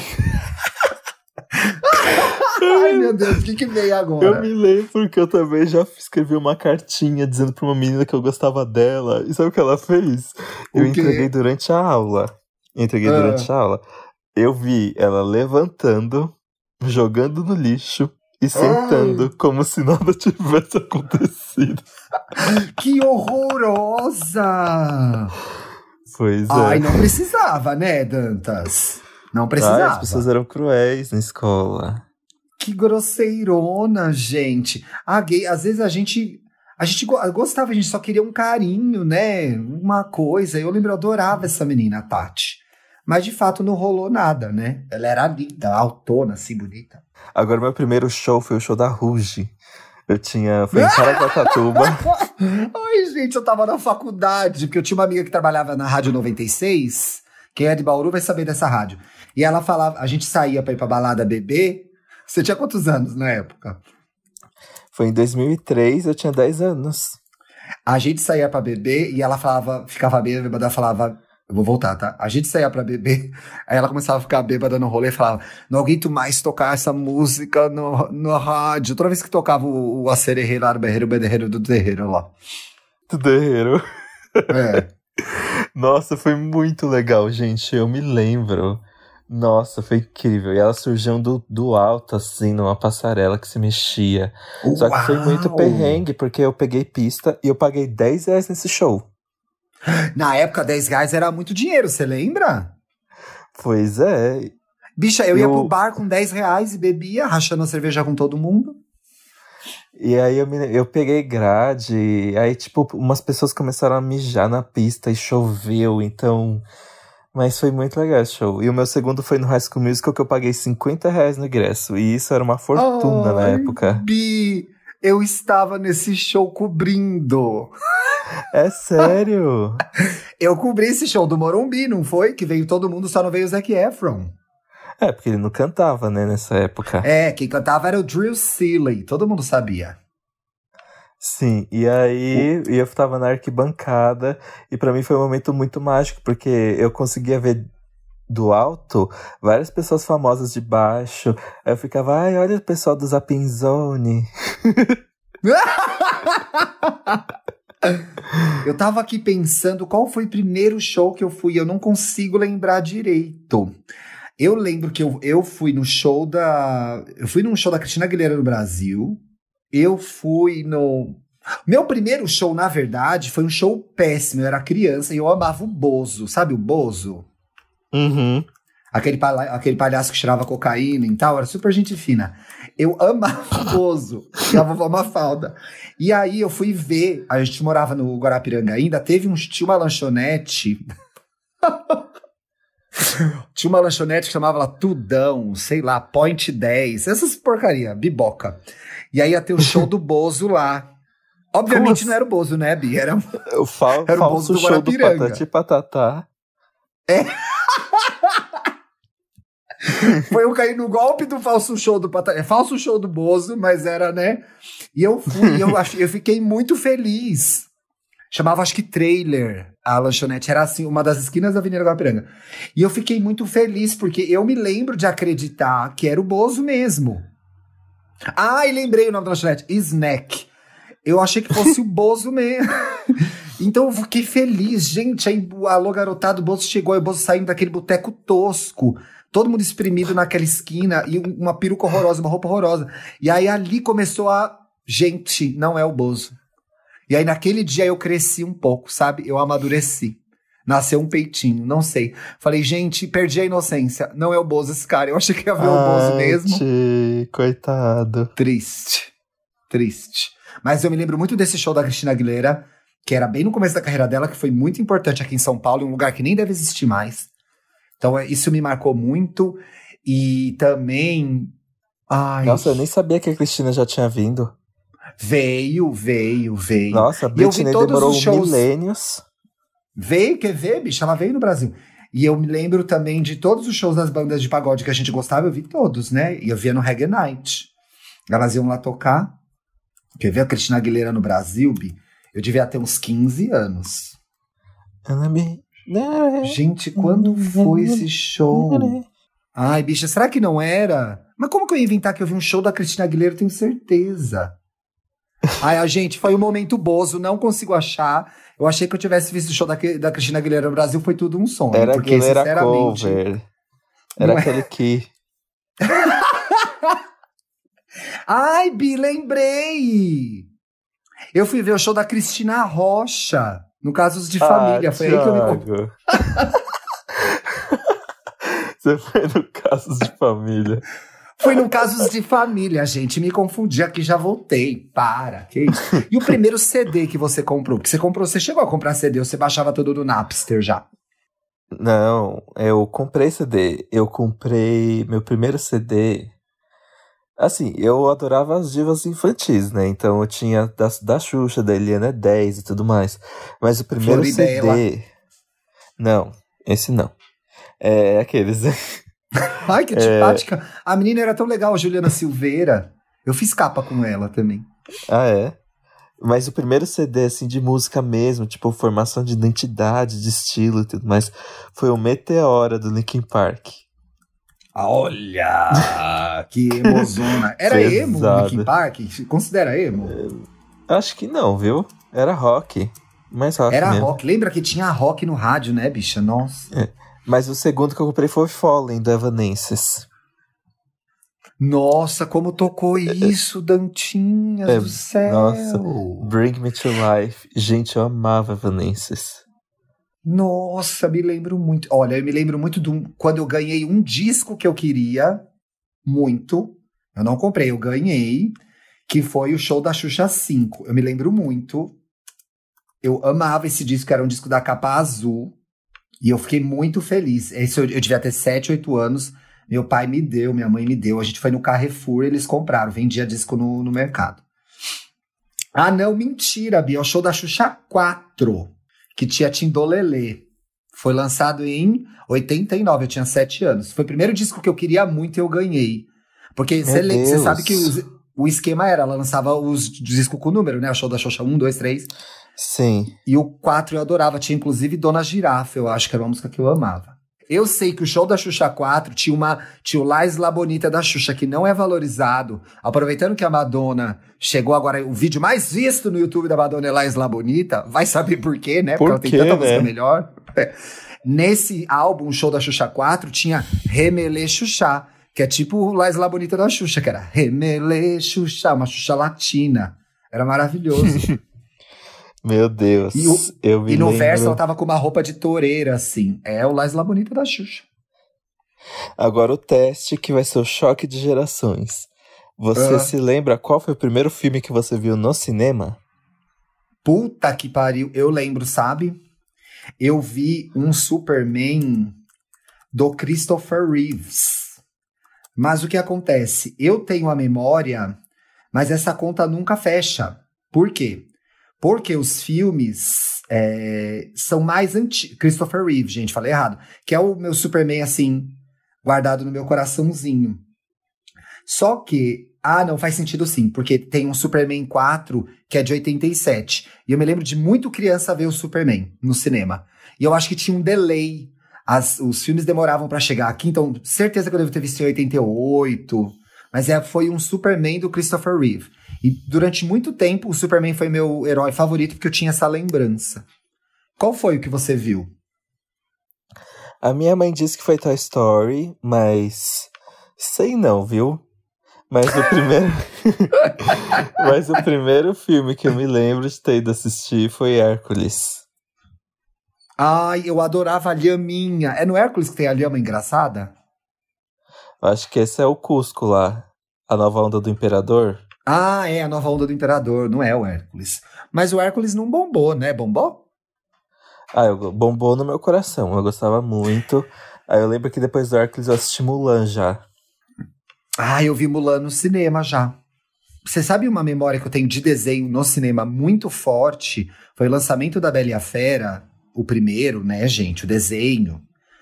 Ai, meu Deus, o que que veio agora?
Eu me lembro que eu também já escrevi uma cartinha dizendo pra uma menina que eu gostava dela. E sabe o que ela fez? Eu
O quê?
entreguei durante a aula. Entreguei
Ah.
durante a aula. Eu vi ela levantando, jogando no lixo e sentando como se nada tivesse acontecido.
Que horrorosa!
Pois é.
Ai, não precisava, né, Dantas? Não
Ai,
precisava.
as pessoas eram cruéis na escola.
Que grosseirona, gente. A gay, às vezes a gente, a gente go- gostava, a gente só queria um carinho, né? Uma coisa. Eu lembro, eu adorava essa menina, a Tati. Mas de fato não rolou nada, né? Ela era linda, altona, assim, bonita.
Agora, meu primeiro show foi o show da Ruge. Eu tinha... Foi em Caraguatatuba.
Ai, gente, eu tava na faculdade, porque eu tinha uma amiga que trabalhava na Rádio noventa e seis. Quem é de Bauru vai saber dessa rádio. E ela falava, a gente saía pra ir pra balada beber. Você tinha quantos anos na época?
Foi em dois mil e três, eu tinha dez anos.
A gente saía pra beber e ela falava, ficava bêbada, falava, eu vou voltar, tá? A gente saía pra beber, aí ela começava a ficar bêbada no rolê e falava, não aguento mais tocar essa música no, no rádio. Toda vez que tocava o, o acererê lá, o berreiro, o berreiro do terreiro lá.
Do terreiro.
É.
Nossa, foi muito legal, gente. Eu me lembro. Nossa, foi incrível. E ela surgiu do, do alto, assim, numa passarela que se mexia. Só que foi muito
Uau!
perrengue, porque eu peguei pista e eu paguei dez reais nesse show.
Na época, dez reais era muito dinheiro, você lembra?
Pois é.
Bicha, eu ia
Eu-
pro bar com dez reais e bebia, rachando a cerveja com todo mundo.
E aí eu, me, eu peguei grade, e aí, tipo, umas pessoas começaram a mijar na pista e choveu, então... Mas foi muito legal esse show. E o meu segundo foi no High School Musical, que eu paguei cinquenta reais no ingresso. E isso era uma fortuna na
Ai,
época.
Bi, eu estava nesse show cobrindo.
É sério?
Eu cobri esse show do Morumbi, não foi? Que veio todo mundo, só não veio o Zac Efron.
É, porque ele não cantava, né, nessa época.
É, quem cantava era o Drew Seeley, todo mundo sabia.
Sim, e aí e eu tava na arquibancada e pra mim foi um momento muito mágico, porque eu conseguia ver do alto várias pessoas famosas de baixo. Aí eu ficava, ai, olha o pessoal do Zapping Zone.
Eu tava aqui pensando qual foi o primeiro show que eu fui, eu não consigo lembrar direito. Eu lembro que eu, eu fui no show da... Eu fui num show da Cristina Aguilera no Brasil. Eu fui no... Meu primeiro show, na verdade, foi um show péssimo. Eu era criança e eu amava o Bozo. Sabe o Bozo?
Uhum.
Aquele, pala- aquele palhaço que tirava cocaína e tal. Era super gente fina. Eu amava o Bozo. E a vovó Mafalda. E aí eu fui ver. A gente morava no Guarapiranga ainda. Teve um, tinha uma lanchonete... Tinha uma lanchonete que chamava lá Tudão, sei lá, Point dez, essas porcaria, biboca. E aí ia ter o show do Bozo lá. Obviamente
Como
não era o Bozo, né, Bi? Era,
O fal
era o
falso
Bozo do
show do
Guarapiranga.
Patati Patatá.
Foi eu cair no golpe do falso show do Patati. É falso show do Bozo, mas era, né? E eu fui, eu, ach, eu fiquei muito feliz. Chamava, acho que Trailer, a lanchonete. Era assim, uma das esquinas da Avenida Guarapiranga. E eu fiquei muito feliz, porque eu me lembro de acreditar que era o Bozo mesmo. Ah, e lembrei o nome da lanchonete. Snack. Eu achei que fosse o Bozo mesmo. Então eu fiquei feliz. Gente, aí alô garotado, o Bozo chegou. E o Bozo saindo daquele boteco tosco. Todo mundo espremido naquela esquina. E uma peruca horrorosa, uma roupa horrorosa. E aí ali começou a... Gente, não é o Bozo. E aí, naquele dia, eu cresci um pouco, sabe? Eu amadureci. Nasceu um peitinho, não sei. Falei, gente, perdi a inocência. Não é o Bozo esse cara. Eu achei que ia ver o Bozo mesmo.
Tchê, coitado.
Triste. Triste. Mas eu me lembro muito desse show da Cristina Aguilera, que era bem no começo da carreira dela, que foi muito importante aqui em São Paulo, em um lugar que nem deve existir mais. Então, isso me marcou muito. E também... Ai,
Nossa, eu nem sabia que a Cristina já tinha vindo.
Veio, veio, veio.
Nossa, a
E eu vi
Britney
todos
demorou
os shows.
milênios.
Veio, quer ver, bicho? Ela veio no Brasil. E eu me lembro também de todos os shows das bandas de pagode que a gente gostava, eu vi todos, né? E eu via no Reggae Night. Elas iam lá tocar. Quer ver a Cristina Aguilera no Brasil, Bi? Eu devia ter uns quinze anos. Gente, quando foi esse show? Ai, bicha, será que não era? Mas como que eu ia inventar que eu vi um show da Cristina Aguilera? Eu tenho certeza. Ai, a gente, foi um momento Bozo, não consigo achar. Eu achei que eu tivesse visto o show da, da Cristina Aguilera no Brasil, foi tudo um sonho.
Era
porque,
Aguilera
sinceramente,
cover. Era
não
aquele
é...
que...
Ai, Bi, lembrei! Eu fui ver o show da Cristina Rocha, no Casos de Família.
Ah,
foi aí que eu me...
Thiago. Você foi no Casos de Família.
Foi no Casos de Família, gente. Me confundi aqui, já voltei. Para, que isso? E o primeiro C D que você comprou? Porque você comprou, você chegou a comprar C D ou você baixava tudo do Napster já?
Não, eu comprei C D. Eu comprei meu primeiro C D. Assim, eu adorava as divas infantis, né? Então eu tinha da, da Xuxa, da Eliana dez e tudo mais. Mas o primeiro
Floribela.
C D... Não, esse não. É aqueles...
Ai, que antipática. É... A menina era tão legal, a Juliana Silveira. Eu fiz capa com ela também.
Ah, é? Mas o primeiro C D, assim, de música mesmo, tipo, formação de identidade, de estilo e tudo mais, foi o Meteora, do Linkin Park.
Olha! Que emozona. Era emo o Linkin Park? Considera emo?
É, acho que não, viu? Era rock. Mais rock
Era
mesmo.
rock. Lembra que tinha rock no rádio, né, bicha? Nossa.
É. Mas o segundo que eu comprei foi Fallen, do Evanescence.
Nossa, como tocou isso, Dantinhas é, do céu.
Nossa, Bring Me to Life. Gente, eu amava Evanescence.
Nossa, me lembro muito. Olha, eu me lembro muito de quando eu ganhei um disco que eu queria muito. Eu não comprei, eu ganhei. Que foi o show da Xuxa cinco. Eu me lembro muito. Eu amava esse disco, era um disco da capa azul. E eu fiquei muito feliz. Esse eu, eu devia ter sete, oito anos. Meu pai me deu, minha mãe me deu. A gente foi no Carrefour, eles compraram. Vendia disco no, no mercado. Ah, não, mentira, Bia. É o show da Xuxa quatro, que tinha Tindolelê. Foi lançado em oitenta e nove, eu tinha sete anos. Foi o primeiro disco que eu queria muito e eu ganhei. Porque você sabe que os, o esquema era, ela lançava os discos com número, né? O show da Xuxa um, dois, três.
Sim.
E o quatro eu adorava. Tinha inclusive Dona Girafa, eu acho que era uma música que eu amava. Eu sei que o show da Xuxa quatro tinha, uma, tinha o La Isla Bonita da Xuxa, que não é valorizado. Aproveitando que a Madonna chegou agora, o vídeo mais visto no YouTube da Madonna é La Isla Bonita. Vai saber por quê, né?
Por
Porque
quê,
ela tem tanta
né?
música melhor. É. Nesse álbum, o show da Xuxa quatro, tinha Remelê Xuxa, que é tipo o La Isla Bonita da Xuxa, que era Remelê Xuxa, uma Xuxa latina. Era maravilhoso.
Meu Deus.
E, o,
eu me
e no
lembro...
verso ela tava com uma roupa de toureira, assim. É o Lais La Bonita da Xuxa.
Agora o teste que vai ser o choque de gerações. Você
Ah.
se lembra qual foi o primeiro filme que você viu no cinema?
Puta que pariu. Eu lembro, sabe? Eu vi um Superman do Christopher Reeves. Mas o que acontece? Eu tenho a memória, mas essa conta nunca fecha. Por quê? Porque os filmes é, são mais antigos. Christopher Reeve, gente, falei errado. Que é o meu Superman, assim, guardado no meu coraçãozinho. Só que, ah, não, faz sentido sim. Porque tem um Superman quatro, que é de oitenta e sete. E eu me lembro de muito criança ver o Superman no cinema. E eu acho que tinha um delay. As, os filmes demoravam pra chegar aqui. Então, certeza que eu devo ter visto em oitenta e oito. Mas é, foi um Superman do Christopher Reeve. E durante muito tempo, o Superman foi meu herói favorito, porque eu tinha essa lembrança. Qual foi o que você viu?
A minha mãe disse que foi Toy Story, mas... sei não, viu? Mas o primeiro... mas o primeiro filme que eu me lembro de ter ido assistir foi Hércules.
Ai, eu adorava a lhaminha. É no Hércules que tem a lhama engraçada?
Eu acho que esse é o Cusco lá. A Nova Onda do Imperador.
Ah, é a Nova Onda do Imperador, não é o Hércules. Mas o Hércules não bombou, né? Bombou?
Ah, eu, bombou no meu coração. Eu gostava muito. Aí eu lembro que depois do Hércules eu assisti Mulan já.
Ah, eu vi Mulan no cinema já. Você sabe uma memória que eu tenho de desenho no cinema muito forte? Foi o lançamento da Bela e a Fera, o primeiro, né, gente? O desenho.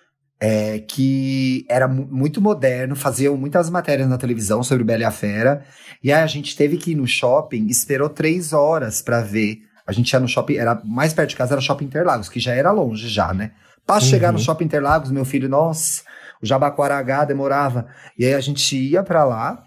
É, que era mu- muito moderno, faziam muitas matérias na televisão sobre Bela e a Fera. E aí a gente teve que ir no shopping, esperou três horas pra ver. A gente ia no shopping, era mais perto de casa, era o Shopping Interlagos, que já era longe já, né? Pra chegar no
Uhum.
Shopping Interlagos, meu filho, nossa, o Jabaquaragá demorava. E aí a gente ia pra lá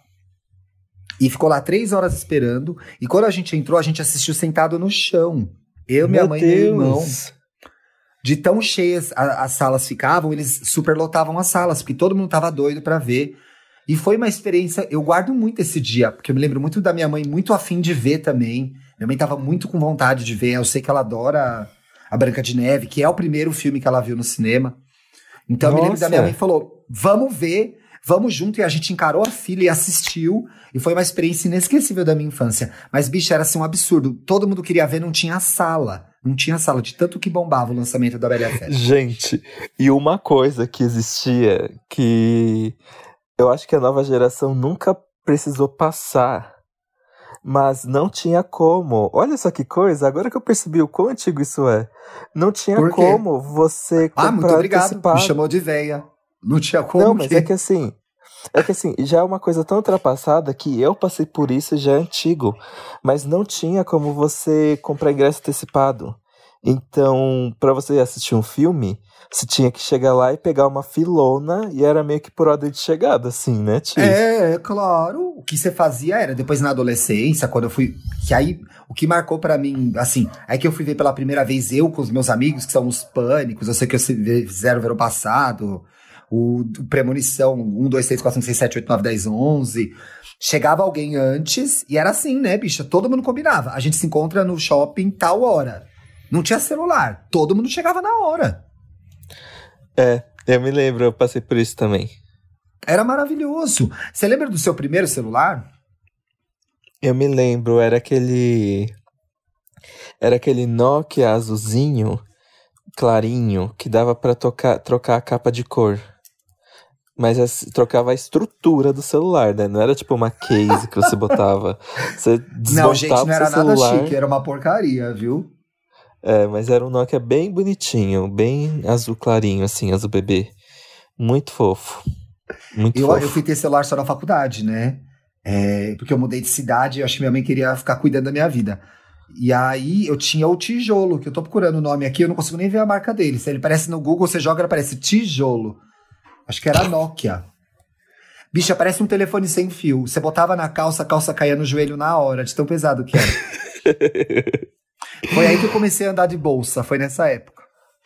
e ficou lá três horas esperando. E quando a gente entrou, a gente assistiu sentado no chão. Eu, minha
Meu
mãe e meu irmão.
Deus!
De tão cheias a- as salas ficavam, eles superlotavam as salas, porque todo mundo tava doido pra ver. E foi uma experiência, eu guardo muito esse dia, porque eu me lembro muito da minha mãe, muito afim de ver também. Minha mãe tava muito com vontade de ver, eu sei que ela adora a Branca de Neve, que é o primeiro filme que ela viu no cinema. Então eu me lembro da minha
Nossa.
mãe falou, vamos ver, vamos junto, e a gente encarou a fila e assistiu, e foi uma experiência inesquecível da minha infância. Mas, bicho, era assim um absurdo, todo mundo queria ver, não tinha sala. Não tinha sala, de tanto que bombava o lançamento da Bela e a Fera.
Gente, e uma coisa que existia que eu acho que a nova geração nunca precisou passar, mas não tinha como. Olha só que coisa, agora que eu percebi o quão antigo isso é. Não tinha
Por quê?
como você comprar
Ah, muito obrigado,
antecipado.
me chamou de véia. Não tinha como
Não, mas
que...
é que assim, é que assim, já é uma coisa tão ultrapassada que eu passei por isso já é antigo, mas não tinha como você comprar ingresso antecipado. Então, pra você assistir um filme, você tinha que chegar lá e pegar uma filona e era meio que por ordem de chegada, assim, né, tio?
É, claro. O que você fazia era, depois na adolescência, quando eu fui... Que aí, o que marcou pra mim, assim, é que eu fui ver pela primeira vez eu com os meus amigos, que são os Pânicos, eu sei que vocês fizeram verão passado, o, o Premonição, um, dois, três, quatro, cinco, seis, sete, oito, nove, dez, onze. Chegava alguém antes, e era assim, né, bicha? Todo mundo combinava. A gente se encontra no shopping tal hora. Não tinha celular. Todo mundo chegava na hora.
É, eu me lembro, eu passei por isso também.
Era maravilhoso. Você lembra do seu primeiro celular?
Eu me lembro, era aquele... Era aquele Nokia azulzinho, clarinho, que dava pra tocar, trocar a capa de cor. Mas as- trocava a estrutura do celular, né? Não era tipo uma case que você botava. Você desmontava
Não, gente, não
o
era
seu
nada
celular.
chique. Era uma porcaria, viu?
É, mas era um Nokia bem bonitinho, bem azul clarinho, assim, azul bebê. Muito fofo. Muito
Eu,
fofo.
eu fui ter celular só na faculdade, né? É, porque eu mudei de cidade e eu acho que minha mãe queria ficar cuidando da minha vida. E aí eu tinha o tijolo, que eu tô procurando o nome aqui, eu não consigo nem ver a marca dele. Se ele aparece no Google, você joga, ele aparece tijolo. Acho que era Nokia. Bicha, parece um telefone sem fio. Você botava na calça, a calça caía no joelho na hora, de tão pesado que era. Foi aí que eu comecei a andar de bolsa, foi nessa época.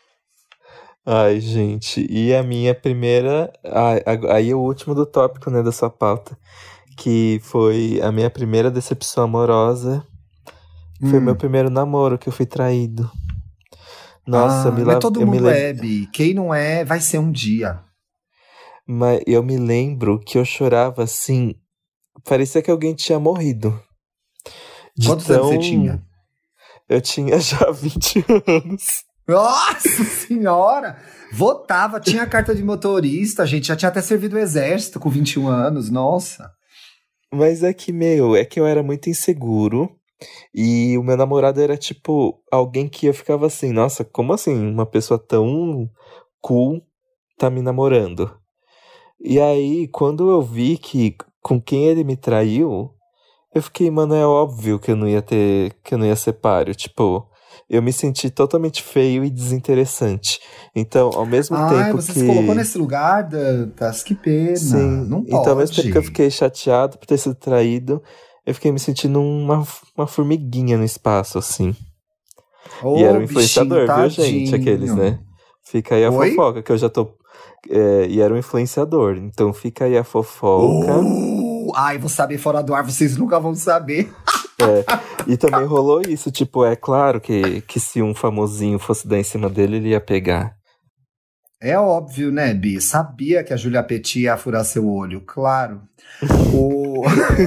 Ai, gente, e a minha primeira... Ai, ag- aí é o último do tópico, né, da sua pauta. Que foi a minha primeira decepção amorosa. Foi meu
Hum.
primeiro namoro que eu fui traído. Nossa,
Ah,
me
mas
la...
todo
eu me
mundo
lembro.
é, Bi. Quem não é, vai ser um dia.
Mas eu me lembro que eu chorava assim. Parecia que alguém tinha morrido. De
Quantos anos você
tão.
tinha?
Eu tinha já vinte anos.
Nossa senhora! Votava, tinha carta de motorista, gente. Já tinha até servido o exército com vinte e um anos. Nossa.
Mas é que, meu, é que eu era muito inseguro. E o meu namorado era tipo alguém que eu ficava assim, nossa, como assim? Uma pessoa tão cool tá me namorando. E aí, quando eu vi que com quem ele me traiu, eu fiquei, mano, é óbvio que eu não ia ter, que eu não ia ser páreo. Tipo, eu me senti totalmente feio e desinteressante. Então, ao mesmo
Ai,
tempo
você se colocou
que,
nesse lugar, Dantas? Que pena.
sim,
Não
então ao mesmo tempo que eu
pode.
fiquei chateado por ter sido traído, eu fiquei me sentindo uma, uma formiguinha no espaço, assim. E era
Ô,
um
bichinho,
influenciador, viu, gente? Aqueles, né?
tadinho.
Fica aí a
Oi?
fofoca, que eu já tô. É, e era um influenciador. Então fica aí a fofoca.
Oh, ai, vou saber fora do ar, vocês nunca vão saber.
É, e também rolou isso, tipo, é claro que, que se um famosinho fosse dar em cima dele, ele ia pegar.
É óbvio, né, Bi? Sabia que a Julia Petit ia furar seu olho, claro. O...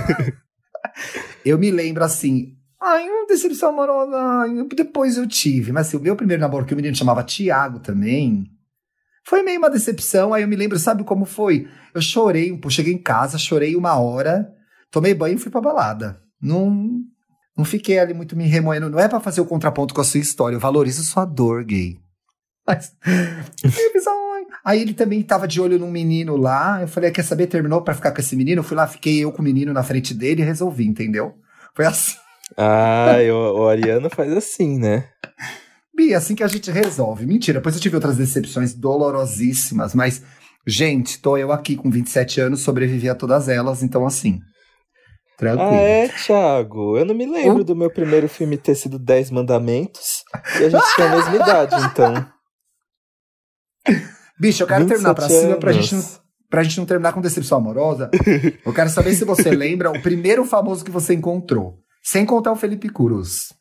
Eu me lembro assim. Ai, uma decepção amorosa. Ai, depois eu tive. Mas assim, o meu primeiro namoro, que o menino chamava Tiago também, foi meio uma decepção. Aí eu me lembro, sabe como foi? Eu chorei, pô, cheguei em casa, chorei uma hora, tomei banho e fui pra balada. Não, não fiquei ali muito me remoendo. Não é pra fazer o contraponto com a sua história. Eu valorizo sua dor, gay. Mas. Eu pensava, ai. Aí ele também tava de olho num menino lá. Eu falei, quer saber? Terminou pra ficar com esse menino? Eu fui lá, fiquei eu com o menino na frente dele e resolvi, entendeu? Foi assim.
Ah, o, o Ariano faz assim, né?
Bi, assim que a gente resolve. Mentira, depois eu tive outras decepções dolorosíssimas, mas, gente, tô eu aqui com vinte e sete anos, sobrevivi a todas elas, então assim,
Ah,
tranquilo.
é, Thiago? Eu não me lembro
Um,
do meu primeiro filme ter sido Dez Mandamentos. E a gente tinha a mesma idade, então.
bicho, eu quero
vinte e
terminar pra
sete
cima pra gente, não,
anos.
pra gente não terminar com decepção amorosa. Eu quero saber se você lembra o primeiro famoso que você encontrou, sem contar o Felipe Cruz.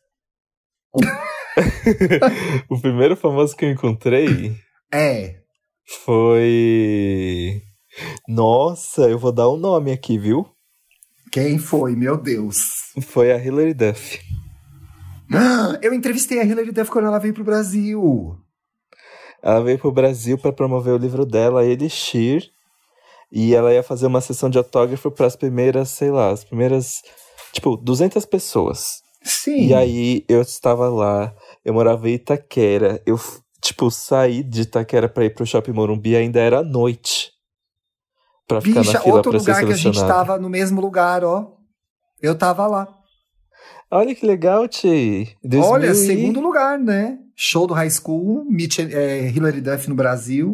O primeiro famoso que eu encontrei
É,
foi. Nossa, eu vou dar um nome aqui, viu?
quem foi, meu Deus?
Foi a Hilary Duff.
Eu entrevistei a Hilary Duff quando ela veio pro Brasil.
Ela veio pro Brasil para promover o livro dela, Elixir, e ela ia fazer uma sessão de autógrafo para as primeiras, sei lá, as primeiras, tipo, duzentas pessoas.
Sim.
E aí eu estava lá, eu morava em Itaquera, eu, tipo, saí de Itaquera para ir pro Shopping Morumbi, ainda era noite. Pra ficar
Bicha,
na fila
outro
pra ser
lugar que a gente
selecionado.
tava no mesmo lugar, ó. Eu tava lá.
Olha que legal, Ti.
Olha,
dois mil e...
segundo lugar, né? Show do High School, Meet, é, Hilary Duff no Brasil.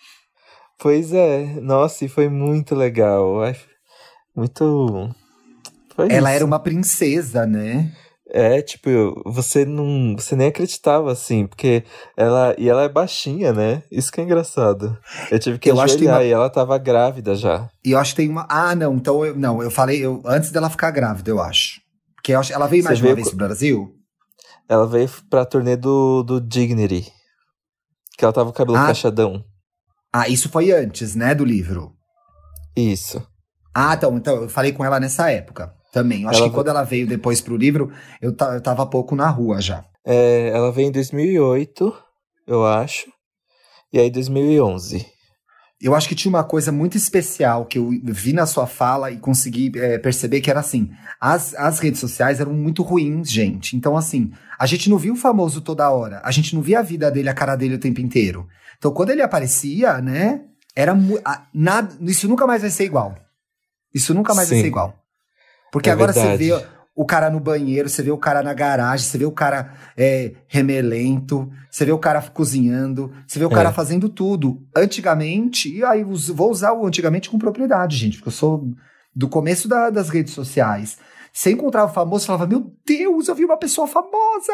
Pois é, nossa, e foi muito legal. Ai, muito... Foi
Ela
isso.
era uma princesa, né?
É, tipo, você não... Você nem acreditava, assim, porque ela... E ela é baixinha, né? Isso que é engraçado. Eu tive que
Eu acho que tem
ajoelhar
uma...
e ela tava grávida já.
E eu acho que tem uma... Ah, não, então eu... Não, eu falei... Eu... Antes dela ficar grávida, eu acho. Porque eu acho... ela veio
Você
mais de uma
veio
vez
co-
pro Brasil?
Ela veio pra turnê do, do Dignity. Que ela tava com o cabelo
Ah,
cacheadão.
ah, isso foi antes, né, do livro.
Isso.
Ah, então, então eu falei com ela nessa época também. Eu acho
Ela,
que
ve-
quando ela veio depois pro livro, eu, ta- eu tava pouco na rua já.
é, ela veio em dois mil e oito, eu acho. E aí dois mil e onze.
Eu acho que tinha uma coisa muito especial que eu vi na sua fala e consegui é, perceber que era assim, as, as redes sociais eram muito ruins, gente. Então, assim, a gente não via o famoso toda hora, a gente não via a vida dele, a cara dele o tempo inteiro. Então, quando ele aparecia, né, era mu- a- nada, isso nunca mais vai ser igual. Isso nunca mais vai ser
Sim,
igual. Porque
é
agora você vê
verdade.
o cara no banheiro, você vê o cara na garagem, você vê o cara é, remelento, você vê o cara cozinhando, você vê o cara
É.
fazendo tudo. Antigamente, e aí us- vou usar o antigamente com propriedade, gente, porque eu sou do começo da- das redes sociais. Você encontrava o famoso e falava, meu Deus, eu vi uma pessoa famosa!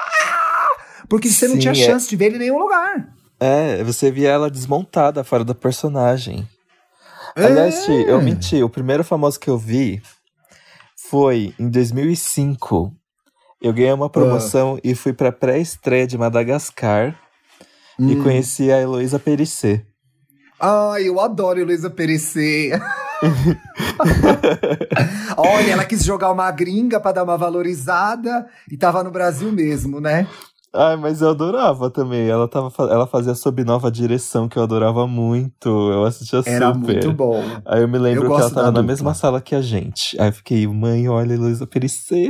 Ah! Porque você não tinha
Sim, é.
chance de ver ele em nenhum lugar.
É, você via ela desmontada fora da personagem. Aliás, Ti, eu
É.
menti. O primeiro famoso que eu vi foi em dois mil e cinco. Eu ganhei uma promoção e fui pra pré-estreia de Madagascar
Hum.
e conheci a Heloísa Périssé.
Ai, eu adoro Heloísa Périssé. Olha, ela quis jogar uma gringa pra dar uma valorizada e tava no Brasil mesmo, né?
Ai, mas eu adorava também. Ela, tava, fa- ela fazia Sob Nova Direção, que eu adorava muito. Eu assistia
Era
super.
muito bom.
Aí eu me lembro
Eu
que ela
gosto
tava
da
na
dupla.
mesma sala que a gente. Aí eu fiquei, mãe, olha, Heloísa Périssé.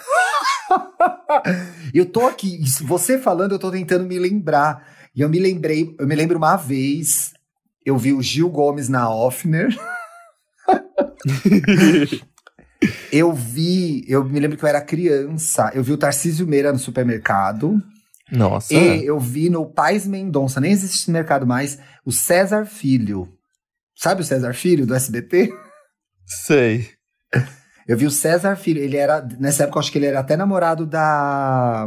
Eu tô aqui, isso- você falando, eu tô tentando me lembrar. E eu me lembrei, eu me lembro uma vez, eu vi o Gil Gomes na Offner. Eu vi, eu me lembro que eu era criança, eu vi o Tarcísio Meira no supermercado.
Nossa.
E eu vi no Pais Mendonça, nem existe esse mercado mais, o César Filho. Sabe o César Filho, do S B T?
Sei.
Eu vi o César Filho, ele era, nessa época eu acho que ele era até namorado da...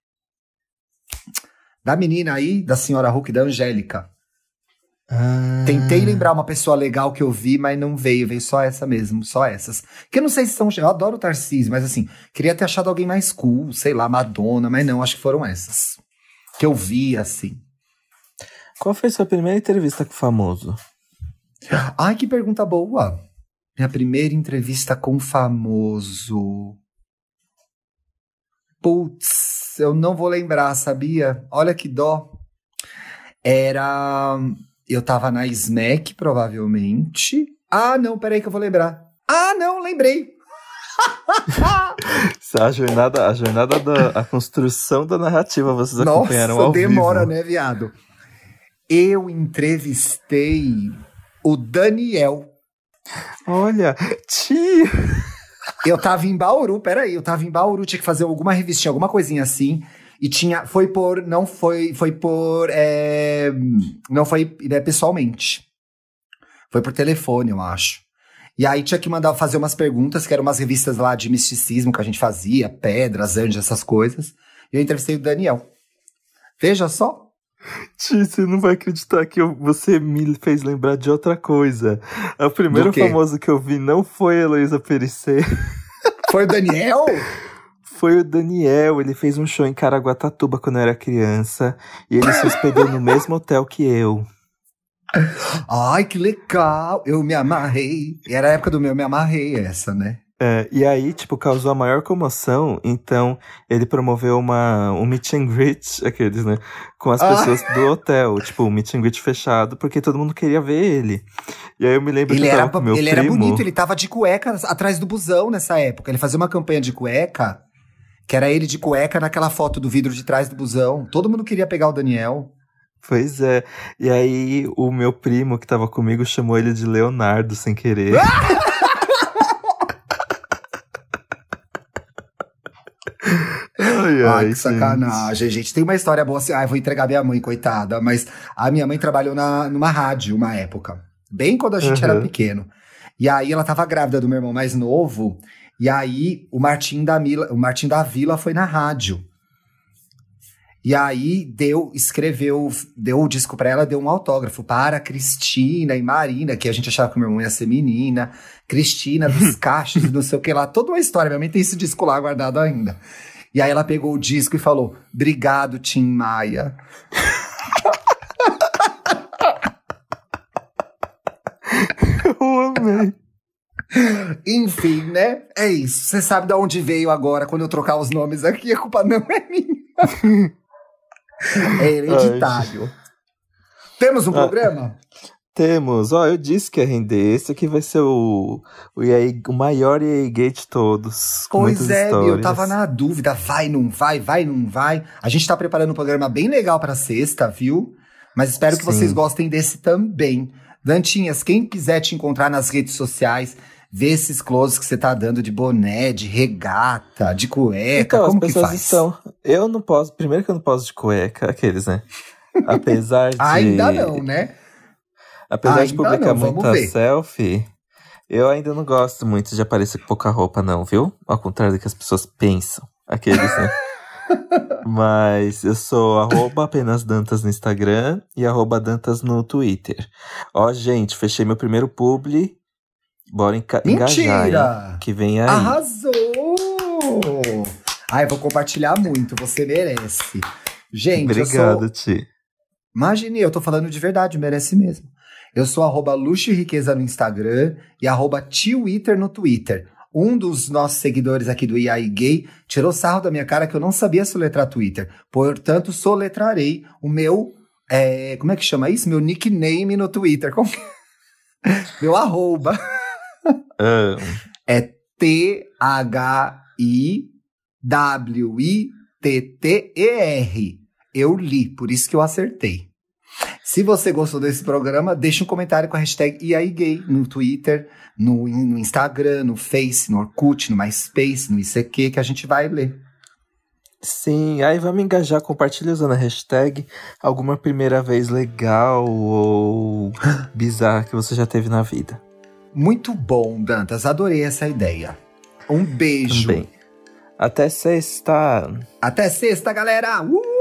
Da menina aí, da senhora Hulk, da Angélica.
Ah.
Tentei lembrar uma pessoa legal que eu vi, mas não veio, veio só essa mesmo, só essas. Que eu não sei se são, eu adoro o Tarcísio, mas assim, queria ter achado alguém mais cool, sei lá, Madonna, mas não, acho que foram essas. Que eu vi, assim.
Qual foi sua primeira entrevista com o famoso?
Ai, que pergunta boa. Minha primeira entrevista com famoso. Putz, eu não vou lembrar, sabia? Olha que dó. Era... Eu tava na Smack, provavelmente. Ah, não, peraí que eu vou lembrar. Ah, não, lembrei.
A jornada, a jornada da a construção da narrativa, vocês acompanharam
Nossa,
ao
demora,
vivo.
né, viado? Eu entrevistei o Daniel.
Olha, tio!
Eu tava em Bauru, peraí, eu tava em Bauru, tinha que fazer alguma revistinha, alguma coisinha assim. E tinha, foi por, não foi, foi por, é, não foi é, pessoalmente. Foi por telefone, eu acho. E aí tinha que mandar fazer umas perguntas, que eram umas revistas lá de misticismo que a gente fazia, pedras, anjos, essas coisas. E eu entrevistei o Daniel. Veja só.
Tio, você não vai acreditar que eu- você me fez lembrar de outra coisa. O primeiro
Do quê?
famoso que eu vi não foi a Heloísa Périssé,
Foi o Daniel?
foi o Daniel. Ele fez um show em Caraguatatuba quando eu era criança. E ele se hospedou no mesmo hotel que eu.
Ai, que legal. Eu me amarrei. Era a época do meu me amarrei essa, né?
É, e aí, tipo, causou a maior comoção. Então, ele promoveu uma, um meet and greet, aqueles, né? Com as
Ah.
pessoas do hotel. Tipo, um meet and greet fechado, porque todo mundo queria ver ele. E aí eu me lembro
Ele,
que eu
era,
tava com meu
ele
primo.
era bonito, ele tava de cueca atrás do busão nessa época. Ele fazia uma campanha de cueca, que era ele de cueca naquela foto do vidro de trás do busão. Todo mundo queria pegar o Daniel.
Pois é. E aí, o meu primo que tava comigo chamou ele de Leonardo sem querer. Ai, ai,
Ai, que
gente.
sacanagem, gente. Tem uma história boa assim. Ai, vou entregar minha mãe, coitada. Mas a minha mãe trabalhou na, numa rádio uma época. Bem quando a gente
Uhum.
era pequeno. E aí ela tava grávida do meu irmão mais novo. E aí o Martim da, Mila, o Martim da Vila foi na rádio. E aí deu, escreveu, deu o disco pra ela, deu um autógrafo para Cristina e Marina, que a gente achava que o meu irmão ia ser menina. Cristina dos Cachos, não sei o que lá. Toda uma história. Minha mãe tem esse disco lá guardado ainda. E aí ela pegou o disco e falou: obrigado, Tim Maia.
Eu amei.
Enfim, né? É isso. Você sabe de onde veio agora, quando eu trocar os nomes aqui, a culpa não é minha. É hereditário. Temos um
Ah.
programa?
Temos. Ó, eu disse que ia render. Esse aqui vai ser o, o, E A, o maior E A Gate de todos. Com
Pois
muitas
é,
histórias.
eu tava na dúvida. Vai, não vai, vai, não vai. A gente tá preparando um programa bem legal pra sexta, viu? Mas espero que
Sim.
vocês gostem desse também. Dantinhas, quem quiser te encontrar nas redes sociais, ver esses closes que você tá dando de boné, de regata, de cueca,
Então,
como
as
que
pessoas
faz?
estão. Eu não posso. Primeiro que eu não posso de cueca, aqueles, né? Apesar de.
Ainda não, né?
Apesar de
Ainda
publicar
não, vamos
muita
ver.
selfie, eu ainda não gosto muito de aparecer com pouca roupa, não, viu? Ao contrário do que as pessoas pensam. Aqueles, né? Mas eu sou arroba apenas Dantas no Instagram e arroba Dantas no Twitter. Ó, gente, fechei meu primeiro publi. Bora enca- engajar, hein?
Mentira!
Que vem aí.
Arrasou! Ai, vou compartilhar muito, você merece. Gente,
Obrigado,
eu sou...
Ti.
Imagine, eu tô falando de verdade, merece mesmo. Eu sou arroba Luxo e Riqueza no Instagram e arroba Twitter no Twitter. Um dos nossos seguidores aqui do E A I Gay tirou sarro da minha cara que eu não sabia soletrar Twitter. Portanto, soletrarei o meu... É, como é que chama isso? Meu nickname no Twitter. Como... meu arroba.
Ah.
É T H I W I T T E R. Eu li, por isso que eu acertei. Se você gostou desse programa, deixa um comentário com a hashtag E A I Gay no Twitter, no, no Instagram, no Face, no Orkut, no MySpace, no I C Q, que a gente vai ler.
Sim, aí vamos engajar, compartilha usando a hashtag alguma primeira vez legal ou bizarra que você já teve na vida.
Muito bom, Dantas. Adorei essa ideia. Um beijo.
Também. Até sexta.
Até sexta, galera! Uh!